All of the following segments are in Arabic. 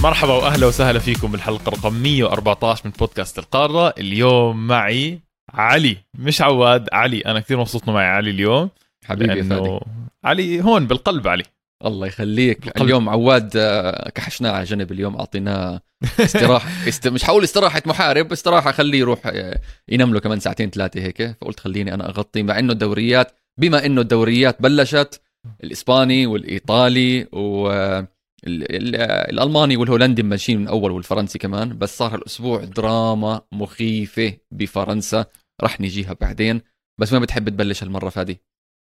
مرحبا وأهلا وسهلا فيكم بالحلقة رقم 114 من بودكاست القارة. اليوم معي علي، مش عواد، علي. أنا كثير مبسوط إنه معي علي اليوم حبيبي يا فادي. علي هون بالقلب. علي الله يخليك بالقلب. اليوم عواد كحشناه على جنب اليوم، أعطيناه استراحة مش حقول استراحة محارب، استراحة خليه يروح ينام له كمان ساعتين ثلاثة هيك. فقلت خليني أنا أغطي، مع إنه الدوريات، بما إنه الدوريات بلشت، الإسباني والإيطالي الألماني والهولندي ماشيين من أول، والفرنسي كمان، بس صار هالأسبوع دراما مخيفة بفرنسا، رح نجيها بعدين. بس ما بتحب تبلش هالمرة فادي؟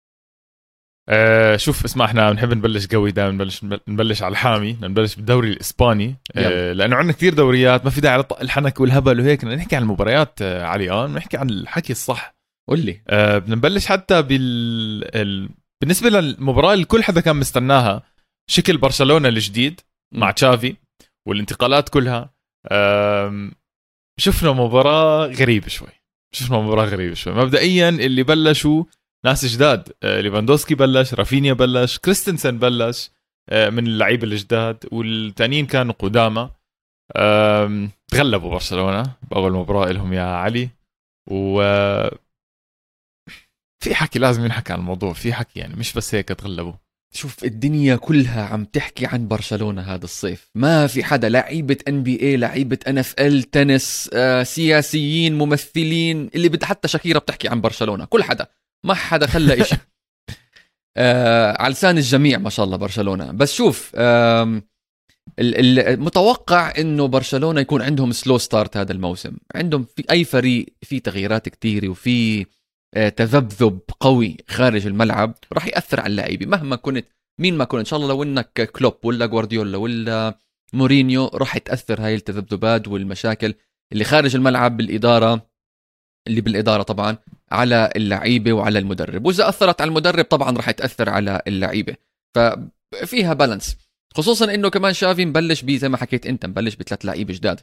شوف اسمع، احنا بنحب نبلش قوي دائما، نبلش على الحامي، نبلش بالدوري الإسباني. لأنه عندنا كثير دوريات، ما في داعي الحنك والهبل وهيك. نحكي عن المباريات علي، نحكي عن الحكي الصح. قل لي. بنبلش حتى بالنسبة للمباراة اللي كل حدا كان مستناها، شكل برشلونة الجديد مع تشافي والانتقالات كلها. شفنا مباراة غريبة شوي. مبدئيا اللي بلشوا ناس جداد، ليفاندوسكي بلش، رافينيا بلش، كريستنسن بلش من اللعيبة الجداد، والتانيين كانوا قدامى. تغلبوا برشلونة بأول مباراة لهم يا علي. و في حكي لازم ينحكي عن الموضوع، في حكي يعني مش بس هيك تغلبوا. شوف، الدنيا كلها عم تحكي عن برشلونة هذا الصيف، ما في حدا، لعيبة NBA، لعيبة NFL، تنس، سياسيين، ممثلين، اللي حتى شاكيرا بتحكي عن برشلونة، كل حدا، ما حدا خلى إشي. على لسان الجميع ما شاء الله برشلونة. بس شوف، المتوقع انه برشلونة يكون عندهم سلو ستارت هذا الموسم. عندهم في اي فريق في تغييرات كتيرة وفي تذبذب قوي خارج الملعب، راح يأثر على اللاعبين مهما كنت، مين ما كنت. ان شاء الله لو انك كلوب ولا غوارديولا ولا مورينيو، راح يتأثر هاي التذبذبات والمشاكل اللي خارج الملعب بالإدارة طبعا على اللعيبة وعلى المدرب. وإذا أثرت على المدرب طبعا راح يتأثر على اللعيبة. ففيها بالانس، خصوصا انه كمان شافي مبلش زي ما حكيت انت، مبلش بثلاث لعيبة جداد.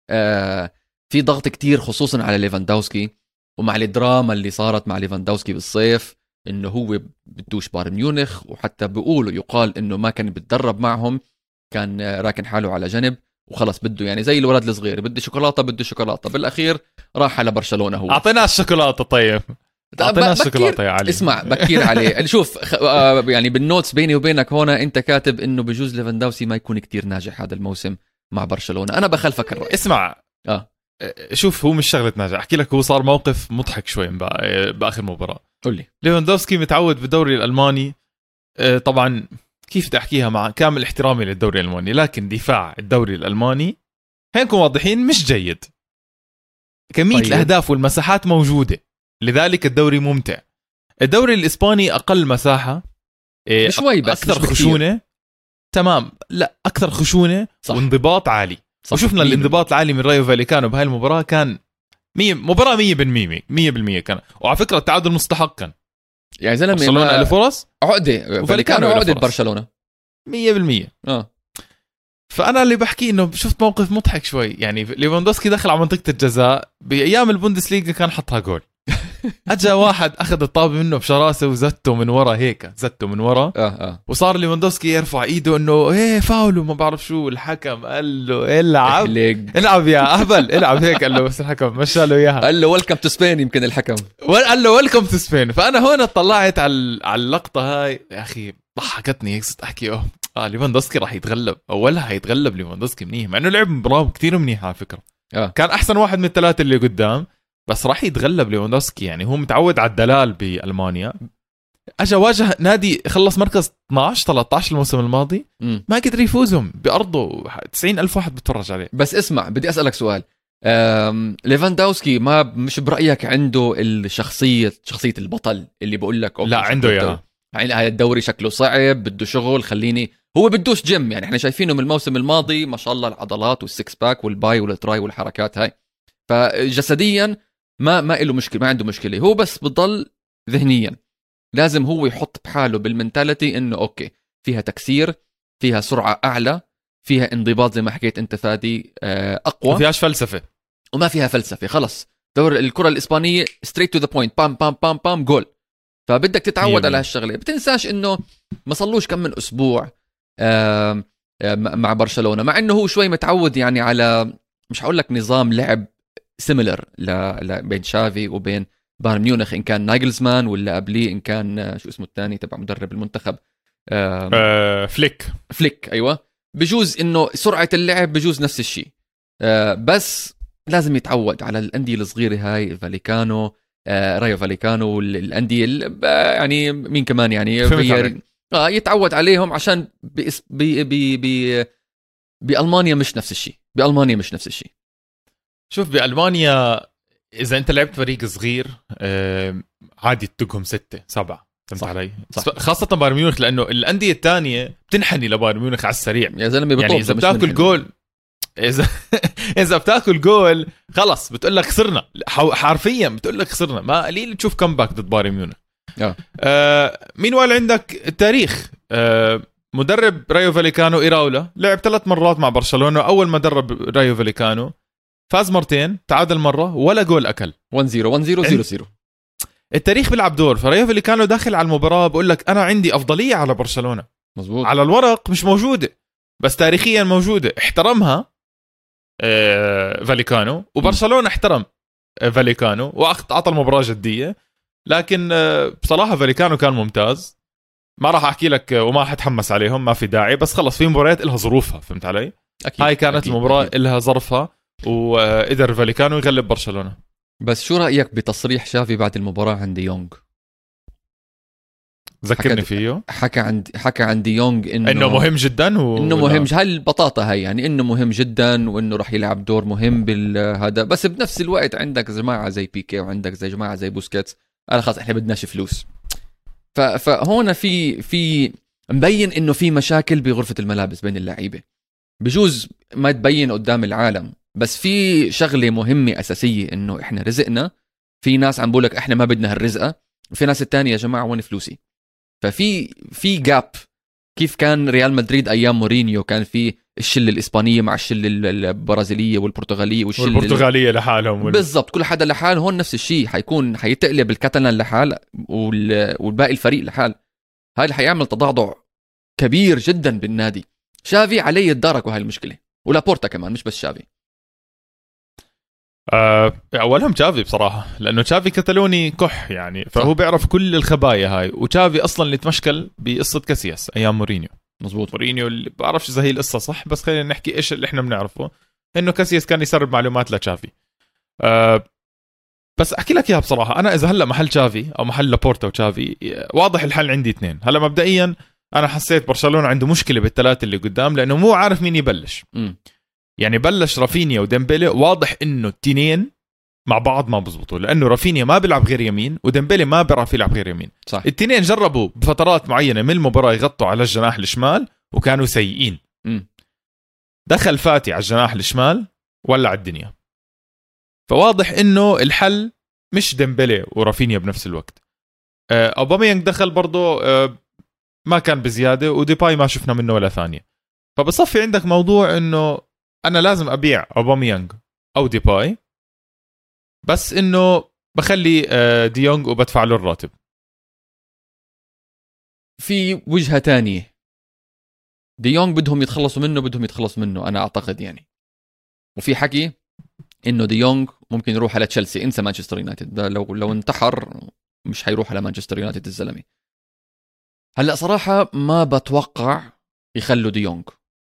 في ضغط كتير خصوصا على ليفاندوسكي، ومع الدراما اللي صارت مع ليفاندوسكي بالصيف، انه هو بدوش بايرن ميونخ، وحتى يقال انه ما كان بتدرب معهم، كان راكن حاله على جنب وخلص، بده يعني زي الولد الصغير، بده شوكولاتة. بالاخير راح على برشلونة. هو اعطينا الشوكولاتة. طيب اعطينا الشوكولاتة يا علي. اسمع، بكير عليه. شوف يعني بالنوتس بيني وبينك هنا، انت كاتب انه بجوز ليفاندوسكي ما يكون كتير ناجح هذا الموسم مع برشلونة. انا بخلفك الرأي. اسمع، شوف، هو مش شغلة ناجح. احكي لك، هو صار موقف مضحك شوي باخر مباراة. قل لي. ليفاندوسكي متعود بالدوري الألماني، طبعا كيف بدي احكيها مع كامل احترامي للدوري الألماني، لكن دفاع الدوري الألماني هنكون واضحين مش جيد. كمية الأهداف والمساحات موجودة، لذلك الدوري ممتع. الدوري الإسباني أقل مساحة، شوي بس أكثر خشونة. تمام، لا أكثر خشونة وانضباط عالي. وشفنا الانضباط العالي من رايو فاليكانو بهاي المباراة. كان مباراة 100% كان. وعلى فكرة التعادل مستحق كان، يعني زلمة برشلونة له فرص، عقدة فاليكانو عقدة برشلونة 100%. فأنا اللي بحكي إنه شفت موقف مضحك شوي. يعني ليفاندوسكي دخل على منطقة الجزاء بأيام البوندسليغا، كان حطها جول. أجا واحد أخذ الطابة منه بشراسة وزته من ورا هيك، وصار ليفاندوسكي يرفع إيده إنه إيه فاول وما بعرف شو. الحكم قال له العب يا أهبل، العب هيك. قال له بس الحكم مشى له إياها، قال له ويلكم تو سبين. يمكن الحكم قال له ويلكم تو سبين. فأنا هون طلعت على اللقطة هاي يا أخي، ضحكتني هيك. صرت أحكي ليفاندوسكي راح يتغلب، أولها هيتغلب ليفاندوسكي منيح، مع إنه لعب مباراة كتير منيح على فكرة. كان أحسن واحد من الثلاثة اللي قدام، بس راح يتغلب ليفاندوسكي. يعني هو متعود على الدلال بألمانيا، أجا واجه نادي خلص مركز 12-13 الموسم الماضي، ما قدر يفوزهم بأرضه. 90,000 واحد بتفرج عليه. بس اسمع، بدي أسألك سؤال. ليفاندوسكي مش برأيك عنده شخصية البطل اللي بقول لك لا عنده إياها؟ يعني هاي الدوري شكله صعب، بده شغل، هو بدوش جيم. يعني احنا شايفينه من الموسم الماضي ما شاء الله، العضلات والسكس باك والباي والتراي والحركات هاي. فجسديا ما له مشكلة، ما عنده مشكلة. هو بس بضل ذهنيا لازم هو يحط بحاله بالمنتاليتي انه اوكي، فيها تكسير، فيها سرعة اعلى، فيها انضباط زي ما حكيت انت فادي، اقوى، ما فيهاش فلسفة. وما فيها فلسفة. خلص دور الكرة الإسبانية straight to the point، بام بام بام بام جول. فبدك تتعود على هالشغلة. بتنساش إنه ما صلوش كم من أسبوع مع برشلونة، مع انه هو شوي متعود يعني على، مش هقول لك نظام لعب سيميلر بين شافي وبين بايرن ميونخ، ان كان نايجلزمان ولا قبليه ان كان شو اسمه الثاني تبع مدرب المنتخب فليك. ايوه، بجوز انه سرعة اللعب بجوز نفس الشيء، بس لازم يتعود على الأندية الصغيرة هاي، فاليكانو، رايو فاليكانو، الأندية يعني مين كمان يعني يتعود عليهم، عشان بألمانيا مش نفس الشيء. شوف بألمانيا إذا أنت لعبت فريق صغير عادي تتقهم 6-7، فهمت علي؟ خاصة بايرن ميونخ، لأنه الأندية الثانية بتنحني لبايرن ميونخ على السريع يا زلمة، يعني إذا بتاكل جول إذا بتاكل جول خلص بتقول لك خسرنا، حرفيا بتقول لك خسرنا، ما قليل تشوف كمباك ضد بايرن ميونخ. مين وال عندك التاريخ، مدرب رايو فاليكانو إيراولا لعب 3 مرات مع برشلونة، أول ما درب رايو فاليكانو فاز مرتين، تعادل مرة، ولا جول أكل. 1-0 التاريخ بيلعب دور. فرايو فاليكانو داخل على المباراة بقول لك أنا عندي أفضلية على برشلونة، مزبوط. على الورق مش موجودة بس تاريخيا موجودة، احترمها فاليكانو، وبرشلونة احترم فاليكانو وأعطى المباراة جدية. لكن بصراحة فاليكانو كان ممتاز، ما راح أحكي لك وما حتحمس عليهم، ما في داعي، بس خلص في مباريات إلها ظروفها، فهمت علي؟ أكيد. هاي كانت أكيد. المباراة أكيد. إلها ظرفها، وقدر فاليكانو يغلب برشلونة. بس شو رأيك بتصريح شافي بعد المباراة عند دي يونغ؟ ذكرني فيه. حكى عن دي يونغ انه مهم جدا انه مهم، هالبطاطا هاي يعني، انه مهم جدا وانه راح يلعب دور مهم بالهذا، بس بنفس الوقت عندك جماعة زي بيكي وعندك زي جماعة زي بوسكيتس، انا خلاص احنا بدناش فلوس. فهون في مبين انه في مشاكل بغرفة الملابس بين اللعيبة، بجوز ما تبين قدام العالم، بس في شغلة مهمة أساسية، إنه إحنا رزقنا، في ناس عم بقولك إحنا ما بدنا هالرزقة، وفي ناس التانية يا جماعة وين فلوسي. ففي جاب، كيف كان ريال مدريد أيام مورينيو، كان في الشلة الإسبانية مع الشلة البرازيلية والبرتغالية والبرتغالية لحالهم بالضبط، كل حدا لحال. هون نفس الشيء حيتقلب الكاتالان لحال والباقي الفريق لحال، هاي اللي حيعمل تضعضع كبير جدا بالنادي. شافي عليه يتداركوا هاي المشكلة، ولابورتا كمان، مش بس شافي. اولهم تشافي بصراحه، لانه تشافي كتالوني كح يعني، فهو بيعرف كل الخبايا هاي. وتشافي اصلا اللي تمشكل بقصه كاسياس ايام مورينيو. مزبوط. مورينيو اللي بعرفش اذا هي القصه صح، بس خلينا نحكي ايش اللي احنا بنعرفه، انه كاسياس كان يسرب معلومات لتشافي. بس احكي لك اياها بصراحه، انا اذا هلا محل تشافي او محل لابورتا وتشافي، واضح الحل عندي 2. هلا مبدئيا انا حسيت برشلونه عنده مشكله بالثلاثه اللي قدام، لانه مو عارف مين يبلش. يعني بلش رافينيا وديمبلي، واضح انه التنين مع بعض ما بزبطوا، لانه رافينيا ما بيلعب غير يمين وديمبلي ما بيعرف يلعب غير يمين. صح. التنين جربوا بفترات معينه من المباراه يغطوا على الجناح الشمال وكانوا سيئين. دخل فاتي على الجناح الشمال ولع الدنيا. فواضح انه الحل مش ديمبلي ورافينيا بنفس الوقت. اوباميانغ دخل برضه ما كان بزياده، وديباي ما شفنا منه ولا ثانيه. فبصفي عندك موضوع انه انا لازم ابيع اوباميانغ او ديباي، بس انه بخلي ديونغ وبدفع له الراتب. في وجهة تانية، ديونغ بدهم يتخلصوا منه انا اعتقد يعني. وفي حكي انه ديونغ ممكن يروح على تشيلسي، انسى مانشستر يونايتد، لو انتحر مش هيروح على مانشستر يونايتد الزلمه. هلا صراحه ما بتوقع يخلوا ديونغ،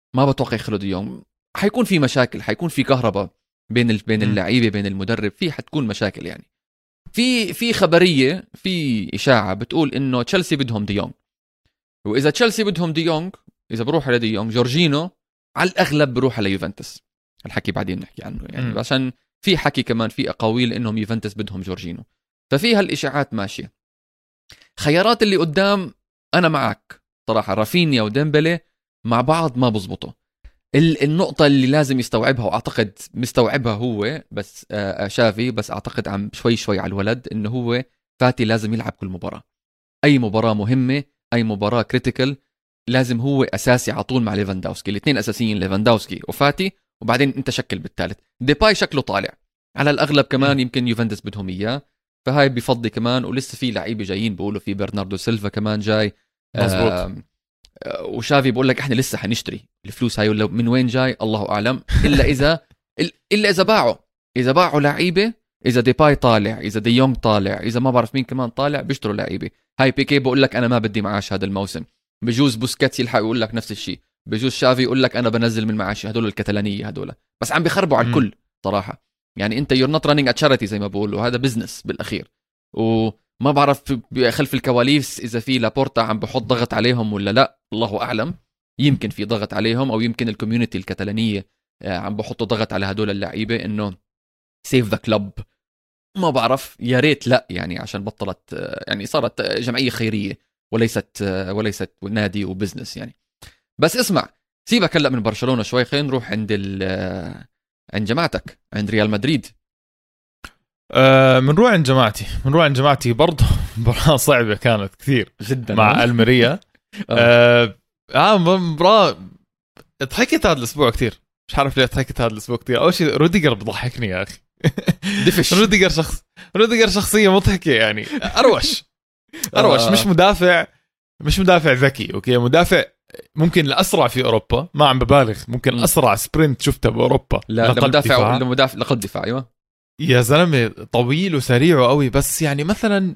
حيكون في مشاكل، حيكون في كهرباء بين اللعيبه، بين المدرب، حتكون مشاكل يعني. في خبريه، في اشاعه بتقول انه تشيلسي بدهم ديونغ، واذا تشيلسي بدهم ديونغ، اذا بروح على ديونغ، جورجينو على الاغلب بروح على يوفنتوس. الحكي بعدين نحكي عنه يعني، عشان في حكي كمان، في اقاويل انهم يوفنتوس بدهم جورجينو. ففي هالاشاعات ماشيه. خيارات اللي قدام انا معك صراحه، رافينيا وديمبلي مع بعض ما بزبطوا. النقطة اللي لازم يستوعبها، وأعتقد مستوعبها هو بس شافي، بس أعتقد عم شوي على الولد، إنه هو فاتي لازم يلعب كل مباراة، أي مباراة مهمة، أي مباراة كريتيكال، لازم هو أساسي على طول مع ليفاندوفسكي. الاثنين أساسيين، ليفاندوفسكي وفاتي، وبعدين أنت شكل بالثالث. ديباي شكله طالع على الأغلب كمان، يمكن يوفنتوس بدهم إياه، فهاي بفضي كمان. ولسه في لعيبة جايين، بيقولوا في برناردو سيلفا كمان جاي. مزبوط. وشافي بقول لك احنا لسه حنشتري، الفلوس هاي من وين جاي الله اعلم، الا اذا باعوا لعيبه، اذا ديباي طالع، اذا دي يونغ طالع، اذا ما بعرف مين كمان طالع، بيشتروا لعيبه. هاي بيكي بقول لك انا ما بدي معاش هذا الموسم، بجوز بوسكيتس يلحق يقول لك نفس الشيء، بجوز شافي يقول لك انا بنزل من معاشي. هدول الكتالانيه هدول بس عم بيخربوا على الكل صراحه. يعني انت you're not running a charity زي ما بقولوا، هذا بزنس بالاخير. وما بعرف خلف الكواليس اذا في لابورتا عم بحط ضغط عليهم ولا لا، الله اعلم. يمكن في ضغط عليهم، او يمكن الكوميونتي الكتالانيه عم بحطوا ضغط على هدول اللعيبه انه سيف ذا كلب. ما بعرف، يا ريت لا، يعني عشان بطلت، يعني صارت جمعيه خيريه وليست نادي وبزنس يعني. بس اسمع، سيبك هلا من برشلونه شوي، خلينا نروح عند جماعتك، عند ريال مدريد. بنروح عند جماعتي برضه. مباراة صعبة كانت كثير جدا مع الميريا. مباراة ضحكت هذا الاسبوع كثير، مش عارف ليه ضحكت هذا الاسبوع كثير. اول شيء روديجر بضحكني يا اخي. دفش. روديجر شخصية مضحكة يعني. اروش مش مدافع ذكي، اوكي، مدافع ممكن الاسرع في اوروبا، ما عم ببالغ، ممكن اسرع سبرنت شفتها باوروبا. لا مدافع لقد دفاع. ايوه يا زلمه، طويل وسريع وقوي، بس يعني مثلا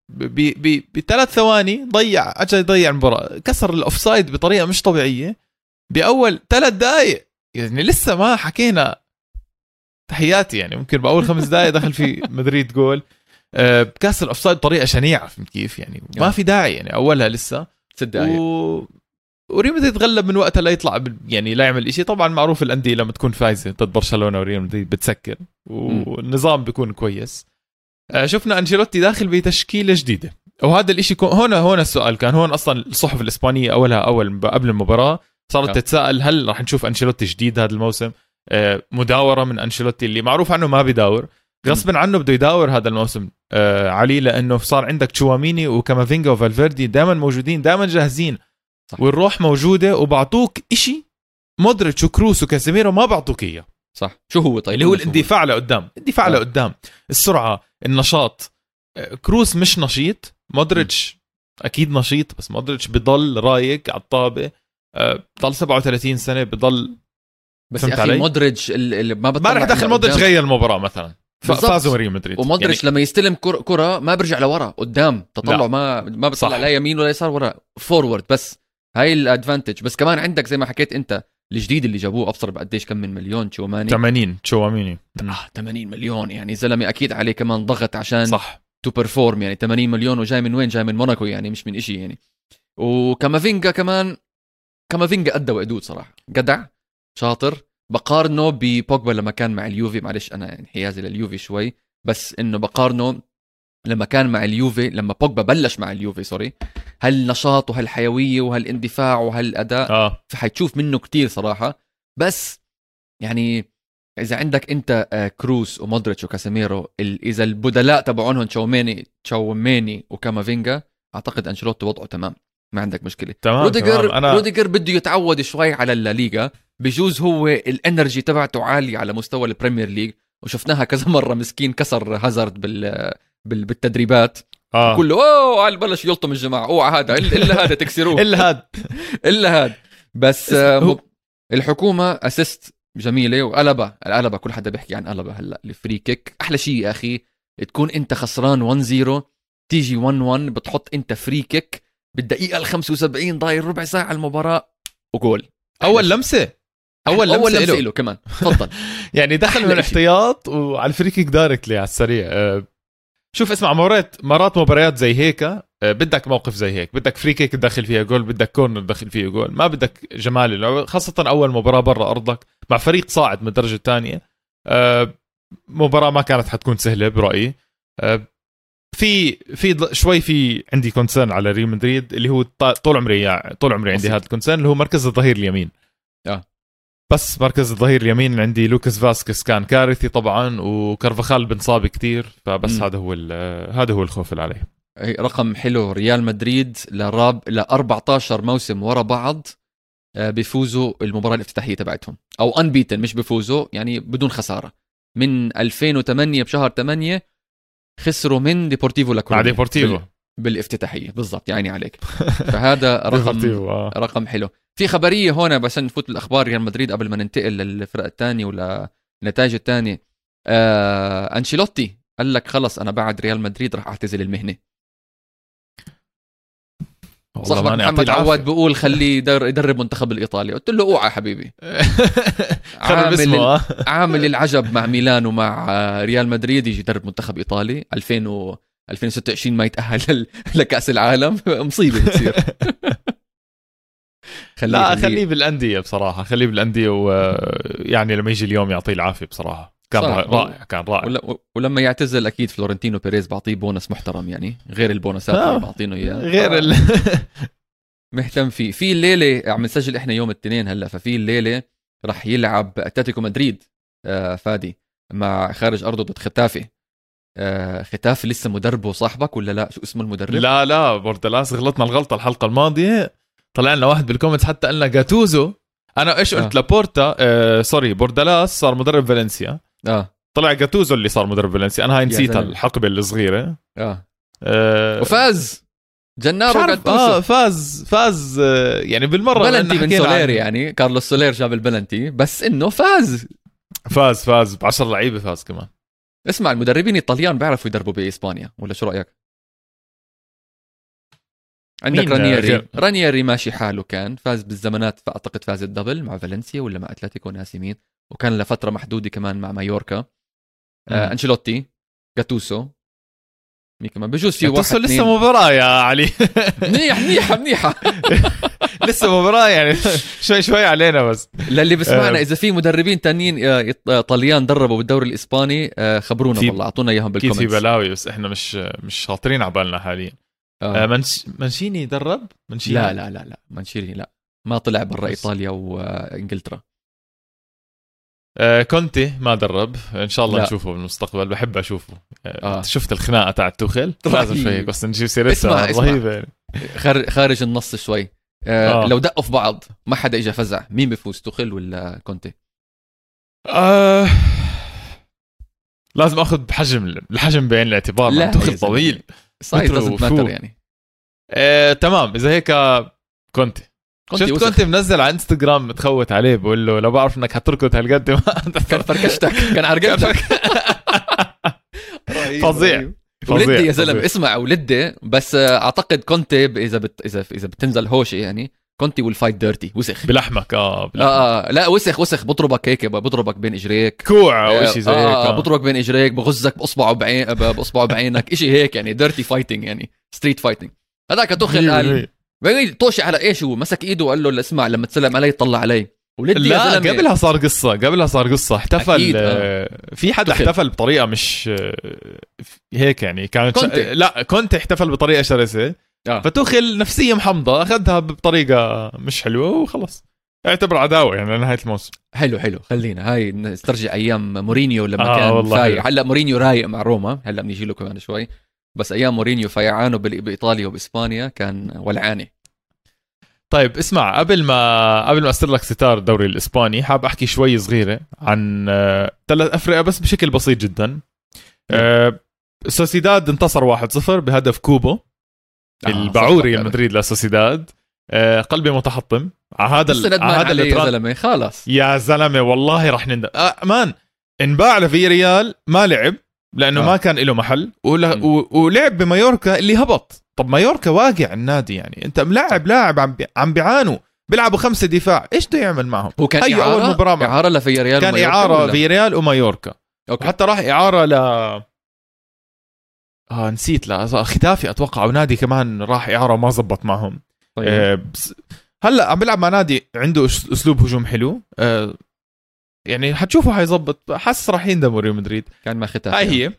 بثلاث ثواني يضيع المباراة، كسر الاوفسايد بطريقه مش طبيعيه باول 3 دقائق. يعني لسه ما حكينا تحياتي، يعني ممكن باول 5 دقائق دخل في مدريد جول بكسر الاوفسايد بطريقه شنيعه. فهمت كيف؟ يعني ما في داعي، يعني اولها لسه 6 دقائق وريال مدريد تغلب من وقتها لا يطلع يعني لا يعمل إشي. طبعا معروف الأندية لما تكون فايزة ضد برشلونة وريال مدريد بتسكر والنظام بيكون كويس. شفنا أنشيلوتي داخل بتشكيلة جديدة، وهذا الإشي هنا السؤال كان هون أصلا. الصحف الإسبانية قبل المباراة صارت تتساءل هل راح نشوف أنشيلوتي جديد هذا الموسم، مداورة من أنشيلوتي اللي معروف عنه ما بيداور، غصبا عنه بده يداور هذا الموسم علي، لأنه صار عندك تشواميني وكامافينجا وفالفيردي دائما موجودين، دائما جاهزين. صح. والروح موجودة وبعطوك إشي مودريتش وكروس وكاسيميرو ما بعطوك إياه. صح. شو هو طيب؟ اللي هو الاندفاع لقدام، لقدام، السرعة، النشاط. كروس مش نشيط، مودريتش أكيد نشيط، بس مودريتش بضل رايق على الطابة، بضل 37 سنة بضل. بس يا أخي مودريتش اللي ما رح دخل مودريتش غير المباراة مثلا، فازوا ريال مدريد. ومودريتش يعني لما يستلم كرة ما برجع لورا، قدام تطلع، ما بيطلع لا يمين ولا يسار، ورا فورورد بس. هاي الادفانتج. بس كمان عندك زي ما حكيت انت الجديد اللي جابوه، ابصر بقديش كم من مليون، 80 مليون. يعني زلمه اكيد عليه كمان ضغط عشان صح تو بيرفورم. يعني 80 مليون وجاي من وين؟ جاي من موناكو، يعني مش من إشي يعني. وكامافينجا كمان، كامافينجا قد وقدود صراحه، جدع شاطر. بقارنه ببوجبا لما كان مع اليوفي، معلش انا انحيازي لليوفي شوي، بس انه بقارنه لما كان مع اليوفي، لما بوجبا بلش مع اليوفي سوري، هالنشاط وهالحيويه وهالاندفاع وهالاداء فحتشوف منه كتير صراحه. بس يعني اذا عندك انت كروس ومودريتش وكاسيميرو، اذا البدلاء تبعونهم تشاوميني وكامافينجا، اعتقد انشيلوتي وضعه تمام، ما عندك مشكله. روديجر بده يتعود شوي على الليغا، بجوز هو الانرجي تبعته عالي على مستوى البريمير ليج، وشفناها كذا مره مسكين كسر هازارد بالتدريبات. كله اوه بلش يلطم الجماعه، اوه هذا الا هذا تكسروه الا هذا بس الحكومه اسيست جميله. وقلبه كل حدا بيحكي عن قلبه هلا الفري كيك، احلى شيء يا اخي تكون انت خسران 1-0 تيجي 1-1 بتحط انت فري كيك بالدقيقه ال75 ضايل ربع ساعه المباراه وجول. اول لمسه له كمان تفضل. يعني دخل من الاحتياط وعلى الفري كيك دايركتلي على السريع. شوف اسمع، مرات مباريات زي هيك بدك موقف زي هيك، بدك فري كيك تدخل فيها جول، بدك كورنر تدخل فيه جول، ما بدك جمال، خاصة أول مباراة برا أرضك مع فريق صاعد من الدرجة الثانية. مباراة ما كانت حتكون سهلة برأيي. في شوي في عندي كونسيرن على ريال مدريد، اللي هو طول عمري عندي هذا الكونسيرن، اللي هو مركز الظهير اليمين. بس مركز الظهير اليمين عندي لوكاس فاسكس كان كارثي طبعا، وكارفاخال بنصاب كتير، فبس هذا هو الخوف اللي عليه. رقم حلو ريال مدريد ل 14 موسم ورا بعض بيفوزوا المباراة الافتتاحية تبعتهم، او انبيتن، مش بيفوزوا يعني بدون خسارة. من 2008 بشهر 8 خسروا من ديبورتيفو لاكورونيا ديبورتيفو بالافتتاحية بالضبط، يعني عليك. فهذا رقم حلو. في خبريه هون بس نفوت الاخبار ريال مدريد قبل ما ننتقل للفرق الثانيه ولا النتائج الثانيه. انشيلوتي قال لك خلص انا بعد ريال مدريد راح اعتزل المهنه. صاحبك محمد عواد بيقول خليه يدرب منتخب الايطالي. قلت له اوعى حبيبي. عامل العجب مع ميلان ومع ريال مدريد يجي يدرب منتخب ايطالي 2026 ما يتاهل لكاس العالم. مصيبه بتصير. خليه بالانديه بصراحه، خليه بالانديه، ويعني لما يجي اليوم يعطيه العافيه بصراحه. كان رائع، كان رائع. ولما يعتزل اكيد فلورنتينو بيريز بعطيه بونص محترم، يعني غير البونصات اللي بعطينه اياه غير مهتم فيه. في الليله عم نسجل احنا يوم الاثنين هلا، ففي الليله راح يلعب اتلتيكو مدريد فادي مع خارج ارضه ضد ختافي. ختافي لسه مدربه صاحبك ولا لا؟ شو اسمه المدرب؟ لا بوردلاس غلطنا الغلطه الحلقه الماضيه. طلع لنا واحد بالكومنتس حتى قالنا جاتوزو. انا ايش قلت؟ لابورتا سوري بوردلاس صار مدرب فالنسيا. طلع جاتوزو اللي صار مدرب فالنسيا. انا هاي نسيتها الحقبه الصغيره. وفاز جنارو جاتوزو. فاز يعني بالمره. بلنتي من سولير، يعني كارلوس سولير جاب البلنتي، بس انه فاز ب10 لعيبه فاز كمان. اسمع المدربين الطليان بيعرفوا يدربوا باسبانيا ولا شو رايك؟ عندك رانييري ماشي حاله، كان فاز بالزمانات، فاعتقد فاز الدبل مع فالنسيا ولا مع اتلتيكو ناسي مين، وكان لفتره محدوده كمان مع مايوركا. انشيلوتي، جاتوسو، مين كمان بجوز في واحد لسه مباراه يا علي. منيحه لسه مباراه يعني شوي علينا. بس للي بسمعنا اذا في مدربين تانيين طليان دربوا بالدوري الاسباني خبرونا والله، اعطونا اياهم بالكومنتس. في بلاوي بس احنا مش خاطرين على بالنا حاليا. منشيني درب؟ لا منشيني لا، ما طلع برا ايطاليا وانجلترا. كونتي ما درب، ان شاء الله نشوفه بالمستقبل، بحب اشوفه. شفت الخناقه تاعت توخيل؟ لازم شوي بس نجيب سيرتها رهيبه. خارج النص شوي. لو دقوا في بعض ما حدا اجى فزع، مين بيفوز توخيل ولا كونتي؟ لازم اخذ الحجم بعين الاعتبار. لا توخيل طويل سايز لازم ماتر يعني. تمام اذا هيك كونتي شفت كنت منزل على انستغرام متخوت عليه بقول له لو بعرف انك هتركض هالقد ما كان فركشتك، كان عرقتك. فظيع ولدي يا زلمه اسمع ولدي، بس اعتقد كونتي اذا بتنزل هوشه يعني كونتي والفايت ديرتي وسخ بلحمك. لا وسخ بضربك هيك، بضربك بين اجريك كوع او شيء زي هيك. بضربك بين اجريك، بغزك باصبعه بعينك شيء هيك يعني، ديرتي فايتنج يعني، ستريت فايتنج. هذاك توخل قال بيجي طوشي على ايش، هو مسك ايده وقال له اسمع لما تسلم علي طلع علي. ولدي لا قبلها صار قصه احتفل. في حدا احتفل بطريقه مش هيك يعني، كانت لا كنت احتفل بطريقه شرسه. فتوخل نفسيه محمضه اخذها بطريقه مش حلوه وخلص اعتبر عداوه يعني لنهايه الموسم. حلو خلينا هاي نسترجع ايام مورينيو لما كان فايع. هلا مورينيو رايق مع روما، هلا بنيجي له كمان شوي، بس ايام مورينيو فيعانه بايطاليا وباسبانيا كان ولعانه. طيب اسمع، قبل ما استر لك ستار الدوري الاسباني، حاب احكي شوي صغيره عن 3 افرقه بس بشكل بسيط جدا. سوسيداد انتصر 1-0 بهدف كوبو البعوري المدريد لسوسيداد. قلبي متحطم على هذا يا زلمه. خلاص يا زلمه والله راح نندم. مان انباع لفيريال ما لعب لانه ما كان له محل، ولعب بمايوركا اللي هبط. طب مايوركا واقع النادي يعني، انت ملاعب عم بيعانوا، بيلعبوا 5 دفاع، ايش بده يعمل معهم؟ هو كان إعارة لفيريال، كان إعارة فيريال ومايوركا. وحتى راح إعارة نسيت ختافي اتوقع، او نادي كمان راح إعارة وما زبط معهم. هلا عم بيلعب مع نادي عنده اسلوب هجوم حلو. يعني حتشوفوا حيزبط، حاسس راح يندموا ريال مدريد. كان ما ختافي. هاي هي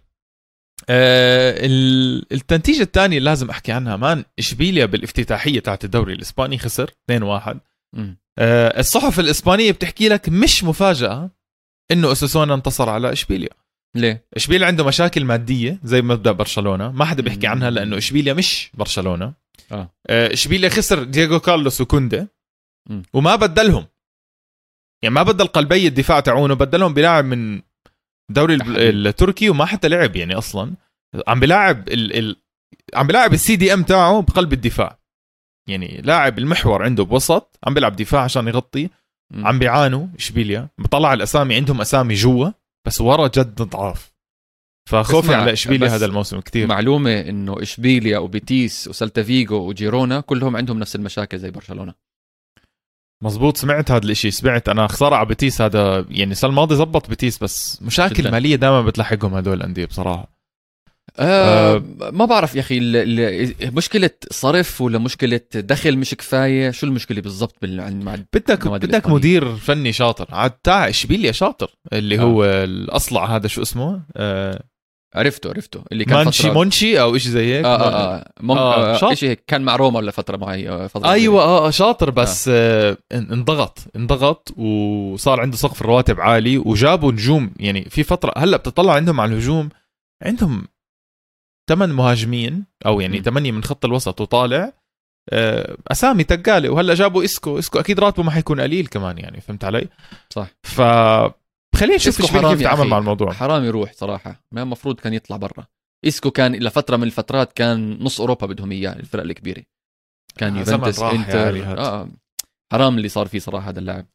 التنتيجة الثانية اللي لازم أحكي عنها. مان إشبيليا بالافتتاحية تاعت الدوري الإسباني خسر 2-1. الصحف الإسبانية بتحكي لك مش مفاجأة إنه أساسونا انتصر على إشبيليا. ليه؟ إشبيليا عنده مشاكل مادية زي مبدأ برشلونة، ما حدا بيحكي عنها لأنه إشبيليا مش برشلونة. إشبيليا خسر دييغو كارلوس وكوندي وما بدلهم، يعني ما بدل قلبي الدفاع تاعونه، بدلهم بلاعب من الدوري التركي وما حتى لعب يعني اصلا. عم بلاعب السي دي ام تاعه بقلب الدفاع. يعني لاعب المحور عنده بوسط عم بيلعب دفاع عشان يغطي. عم بيعانوا إشبيليا، بطلع الأسامي عندهم أسامي جوا بس ورا جد ضعاف، فخوفي على إشبيليا هذا الموسم كتير. معلومة إنه إشبيليا وبيتيس وسلتا فيغو وجيرونا كلهم عندهم نفس المشاكل زي برشلونة. مزبوط، سمعت هذا الاشي، سمعت انا خسارة على بيتيس هذا، يعني السنة الماضية زبط بيتيس بس مشاكل جداً. مالية دائما بتلحقهم هدول الأندية بصراحة. ما بعرف يا أخي، مشكلة صرف ولا مشكلة دخل مش كفاية؟ شو المشكلة بالضبط بدك مدير فني شاطر. عاد تاع إشبيليا شاطر اللي هو الأصلع هذا، شو اسمه؟ عرفته اللي كان منشي او شيء زي هيك. شيء هيك كان مع روما لفتره معي ايوه شاطر بس انضغط وصار عنده سقف الرواتب عالي، وجابوا نجوم. يعني في فتره هلا بتطلع عندهم على الهجوم، عندهم 8 مهاجمين او يعني 8 من خط الوسط وطالع اسامي تقاله. وهلا جابوا اسكو اكيد راتبه ما حيكون قليل كمان، يعني فهمت علي؟ صح. خلينا نشوف كيف يتعامل مع الموضوع. حرام يروح صراحة، ما المفروض كان يطلع برا. إسكو كان لفترة من الفترات كان نص أوروبا بدهم إياه، الفرق الكبيرة كان يوفنتوس إنتر. حرام اللي صار فيه صراحة هذا اللاعب.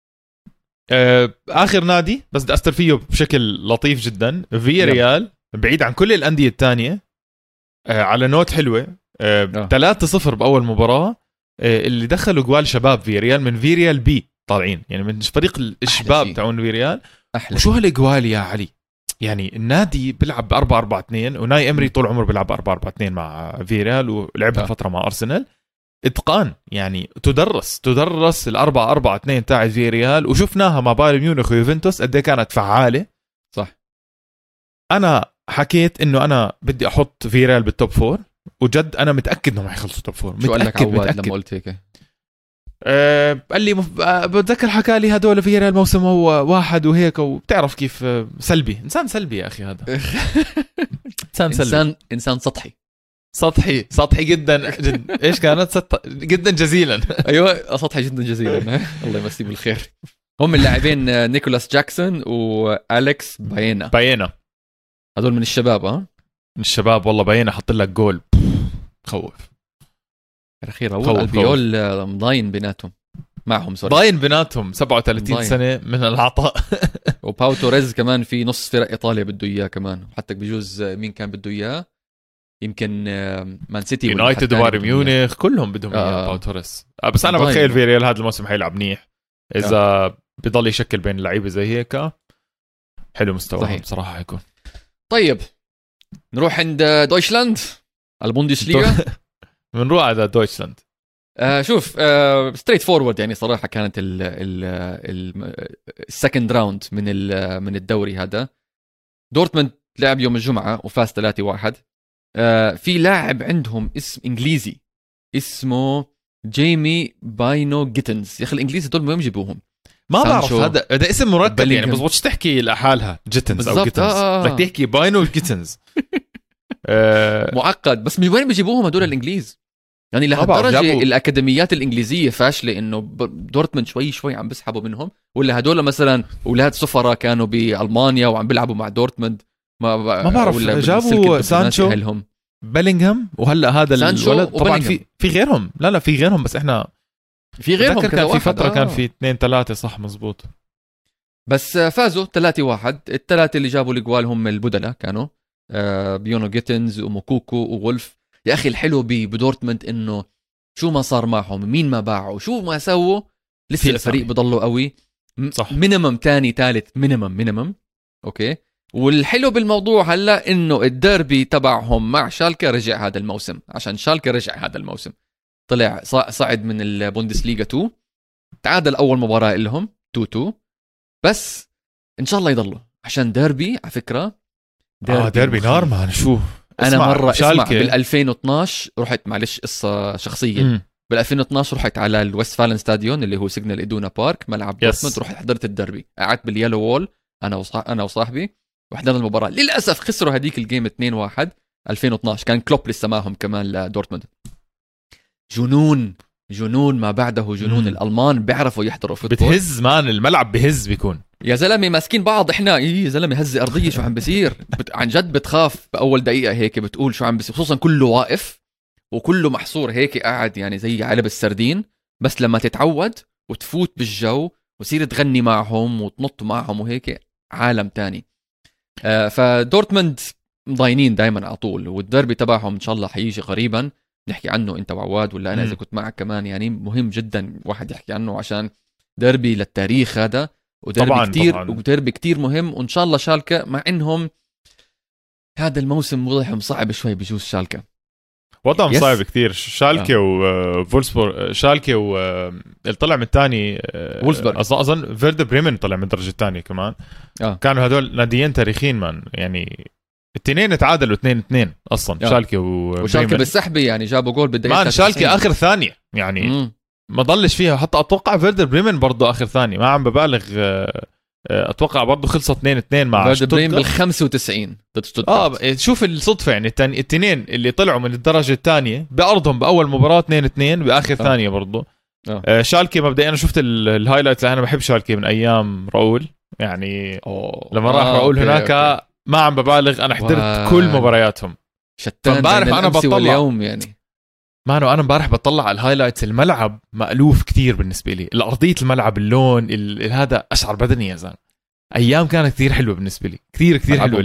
آخر نادي بس بدي أستر فيه بشكل لطيف جدا، فيا ريال بعيد عن كل الأندية الثانية. على نوت حلوة 3-0 بأول مباراة. اللي دخلوا جوال شباب فيا ريال من فيا ريال بي طالعين، يعني من فريق الشباب تاعون فيريال. وشو هالجوال يا علي؟ يعني النادي بيلعب 4-4-2، وناي امري طول عمره بيلعب 4-4-2 مع فيريال، ولعبها فتره مع ارسنال. اتقان، يعني تدرس 4-4-2 تاع فيريال، وشفناها مع بايرن ميونخ ويوفنتوس قد ايه كانت فعاله. صح. انا حكيت انه انا بدي احط فيريال بالتوب 4، وجد انا متاكد انهم حيخلصوا توب 4. شو قال لك عواد لما قلت هيك؟ قال لي بتذكر حكى لي هدول في ريال الموسم هو واحد وهيك، وبتعرف كيف سلبي. انسان سلبي يا اخي هذا. انسان سطحي جدا. ايش كانت جدا جزيلا. ايوه سطحي جدا جزيلا. الله يمسيه بالخير. هم اللاعبين نيكولاس جاكسون واليكس باينا هذول من الشباب. من الشباب والله. باينا حط لك جول خوف الأخير. أول البيول مضاين بيناتهم معهم ضاين بيناتهم 37 سنة من العطاء. وباو توريز كمان في نص فرق إيطاليا بده إياه كمان، حتى بجوز مين كان بده إياه، يمكن مان سيتي يونايتد وبايرن ميونخ كلهم بدهم إياه باو توريز. بس أنا بتخيل في ريال هذا الموسم حيلعب منيح إذا بيضل يشكل بين اللعيبة زي هيك. حلو مستوى بصراحة هيكون. طيب نروح عند دويتشلاند البوندسليغا. بنروح على دويتشلاند. شوف ستريت فورورد، يعني صراحة كانت السكند راوند من الدوري هذا. دورتموند لعب يوم الجمعة وفاز 3-1. في لاعب عندهم اسم إنجليزي اسمه جيمي باينو جيتنز. يا أخي الإنجليزي دول وين بيجيبوهم؟ ما بعرف، هذا اسم مركب يعني بزبطش تحكي لحالها جيتنز أو جيتنز. بدك تحكي باينو جيتنز. معقد. بس من وين بيجيبوهم هدول الإنجليز؟ يعني لهالدرجة الأكاديميات الإنجليزية فاشلة إنه دورتموند شوي عم بيسحبوا منهم، ولا هدول مثلا أولاد سفرة كانوا بألمانيا وعم بيلعبوا مع دورتموند؟ ما بعرف. جابوا سانشو بيلينغهام وهلا هذا الولد طبعا. في غيرهم. لا في غيرهم، بس احنا في غيرهم كان في فترة كان في 2-3 صح مزبوط. بس فازوا 3-1. الثلاثة اللي جابوا الجوال هم البدلة كانوا بيونو جيتنز وموكوكو وولف. يا أخي الحلو بدورتموند إنه شو ما صار معهم، مين ما باعوا، شو ما سووا، لسه الفريق بضلوا قوي. مينيمم تاني ثالث مينيمم. أوكي. والحلو بالموضوع هلا إنه الديربي تبعهم مع شالكة رجع هذا الموسم، عشان شالكة رجع هذا الموسم طلع صعد من البوندسليغا 2. تعادل أول مباراة لهم 2-2. بس إن شاء الله يضلوا عشان ديربي. على فكرة ديربي نار ما نشوف. أنا مرة اسمع بال2012 رحت، معلش قصة شخصية. بال2012 رحت على الويستفالن ستاديون اللي هو سيجنال إدونا بارك ملعب دورتموند. رحت حضرت الديربي، قعدت باليالو وول أنا وصاحبي وحضرنا المباراة. للأسف خسروا هديك الجيم 2-1. 2012 كان كلوب لسه معهم كمان لدورتموند. جنون ما بعده جنون. الألمان بيعرفوا يحضروا فوتبول. بتهز مان الملعب، بهز بيكون يا زلمه ماسكين بعض. احنا يا زلمه هزه ارضيه شو عم بيصير. عن جد بتخاف باول دقيقه هيك، بتقول شو عم بيصير، خصوصا كله واقف وكله محصور هيك قاعد يعني زي علب السردين، بس لما تتعود وتفوت بالجو وتصير تغني معهم وتنط معهم وهيك عالم تاني. فدورتموند ضاينين دايما على طول، والدربي تبعهم ان شاء الله حيجي قريبا نحكي عنه انت وعواد ولا انا اذا كنت معك كمان، يعني مهم جدا واحد يحكي عنه عشان دربي للتاريخ هذا، ودربي طبعاً كتير طبعاً. ودربي كتير مهم. وان شاء الله شالكة مع انهم هذا الموسم وضعهم صعب شوي بجوز شالكة وضعهم يس. صعب كتير. شالكي وفولسبورغ، شالكي اللي طلع من الثاني وولفسبورغ. اظن فيردر بريمن طلع من الدرجه الثانيه كمان. كانوا هدول ناديين تاريخيين مان، يعني الاثنين تعادلوا 2-2 اصلا. شالكي وشالكي بالسحبه يعني جابوا جول بالدقيقه مان. شالكي اخر ثانيه يعني ما ضلش فيها، حتى اتوقع فيردر بريمن برضه اخر ثانيه، ما عم ببالغ. اتوقع برضه خلصت 2-2 مع فيردر بال 95 ضد شتوتغارت. شوف الصدفه يعني الاثنين اللي طلعوا من الدرجه الثانيه بارضهم باول مباراه 2-2 باخر ثانيه برضه. شالكي مبدئيا انا شفت الهايلايتس، انا بحب شالكي من ايام راؤول يعني. لما راح راؤول هناك ما عم ببالغ، انا حضرت كل مبارياتهم. شتان امبارح انا بطلع اليوم يعني انا امبارح بطلع على الهايلايتس، الملعب مألوف كتير بالنسبه لي، الارضيه الملعب، اللون هذا اشعر بدني يا زلمه. ايام كانت كتير حلوه بالنسبه لي، كتير حلوه.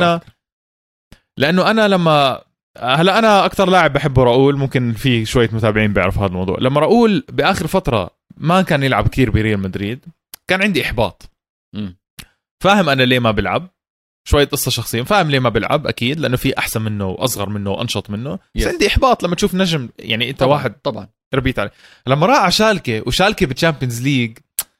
لانه انا لما هلا انا اكثر لاعب بحبه راؤول، ممكن في شويه متابعين بيعرفوا هذا الموضوع. لما راؤول باخر فتره ما كان يلعب كتير بريال مدريد كان عندي احباط. فاهم انا ليه ما بلعب، شويه قصه شخصيه، فاهم ليه ما بلعب اكيد لانه في احسن منه واصغر منه وانشط منه. بس عندي احباط لما تشوف نجم يعني انت طبعًا. واحد طبعا ربيت عليه. لما راح على شالكي وشالكي بالتشامبيونز ليج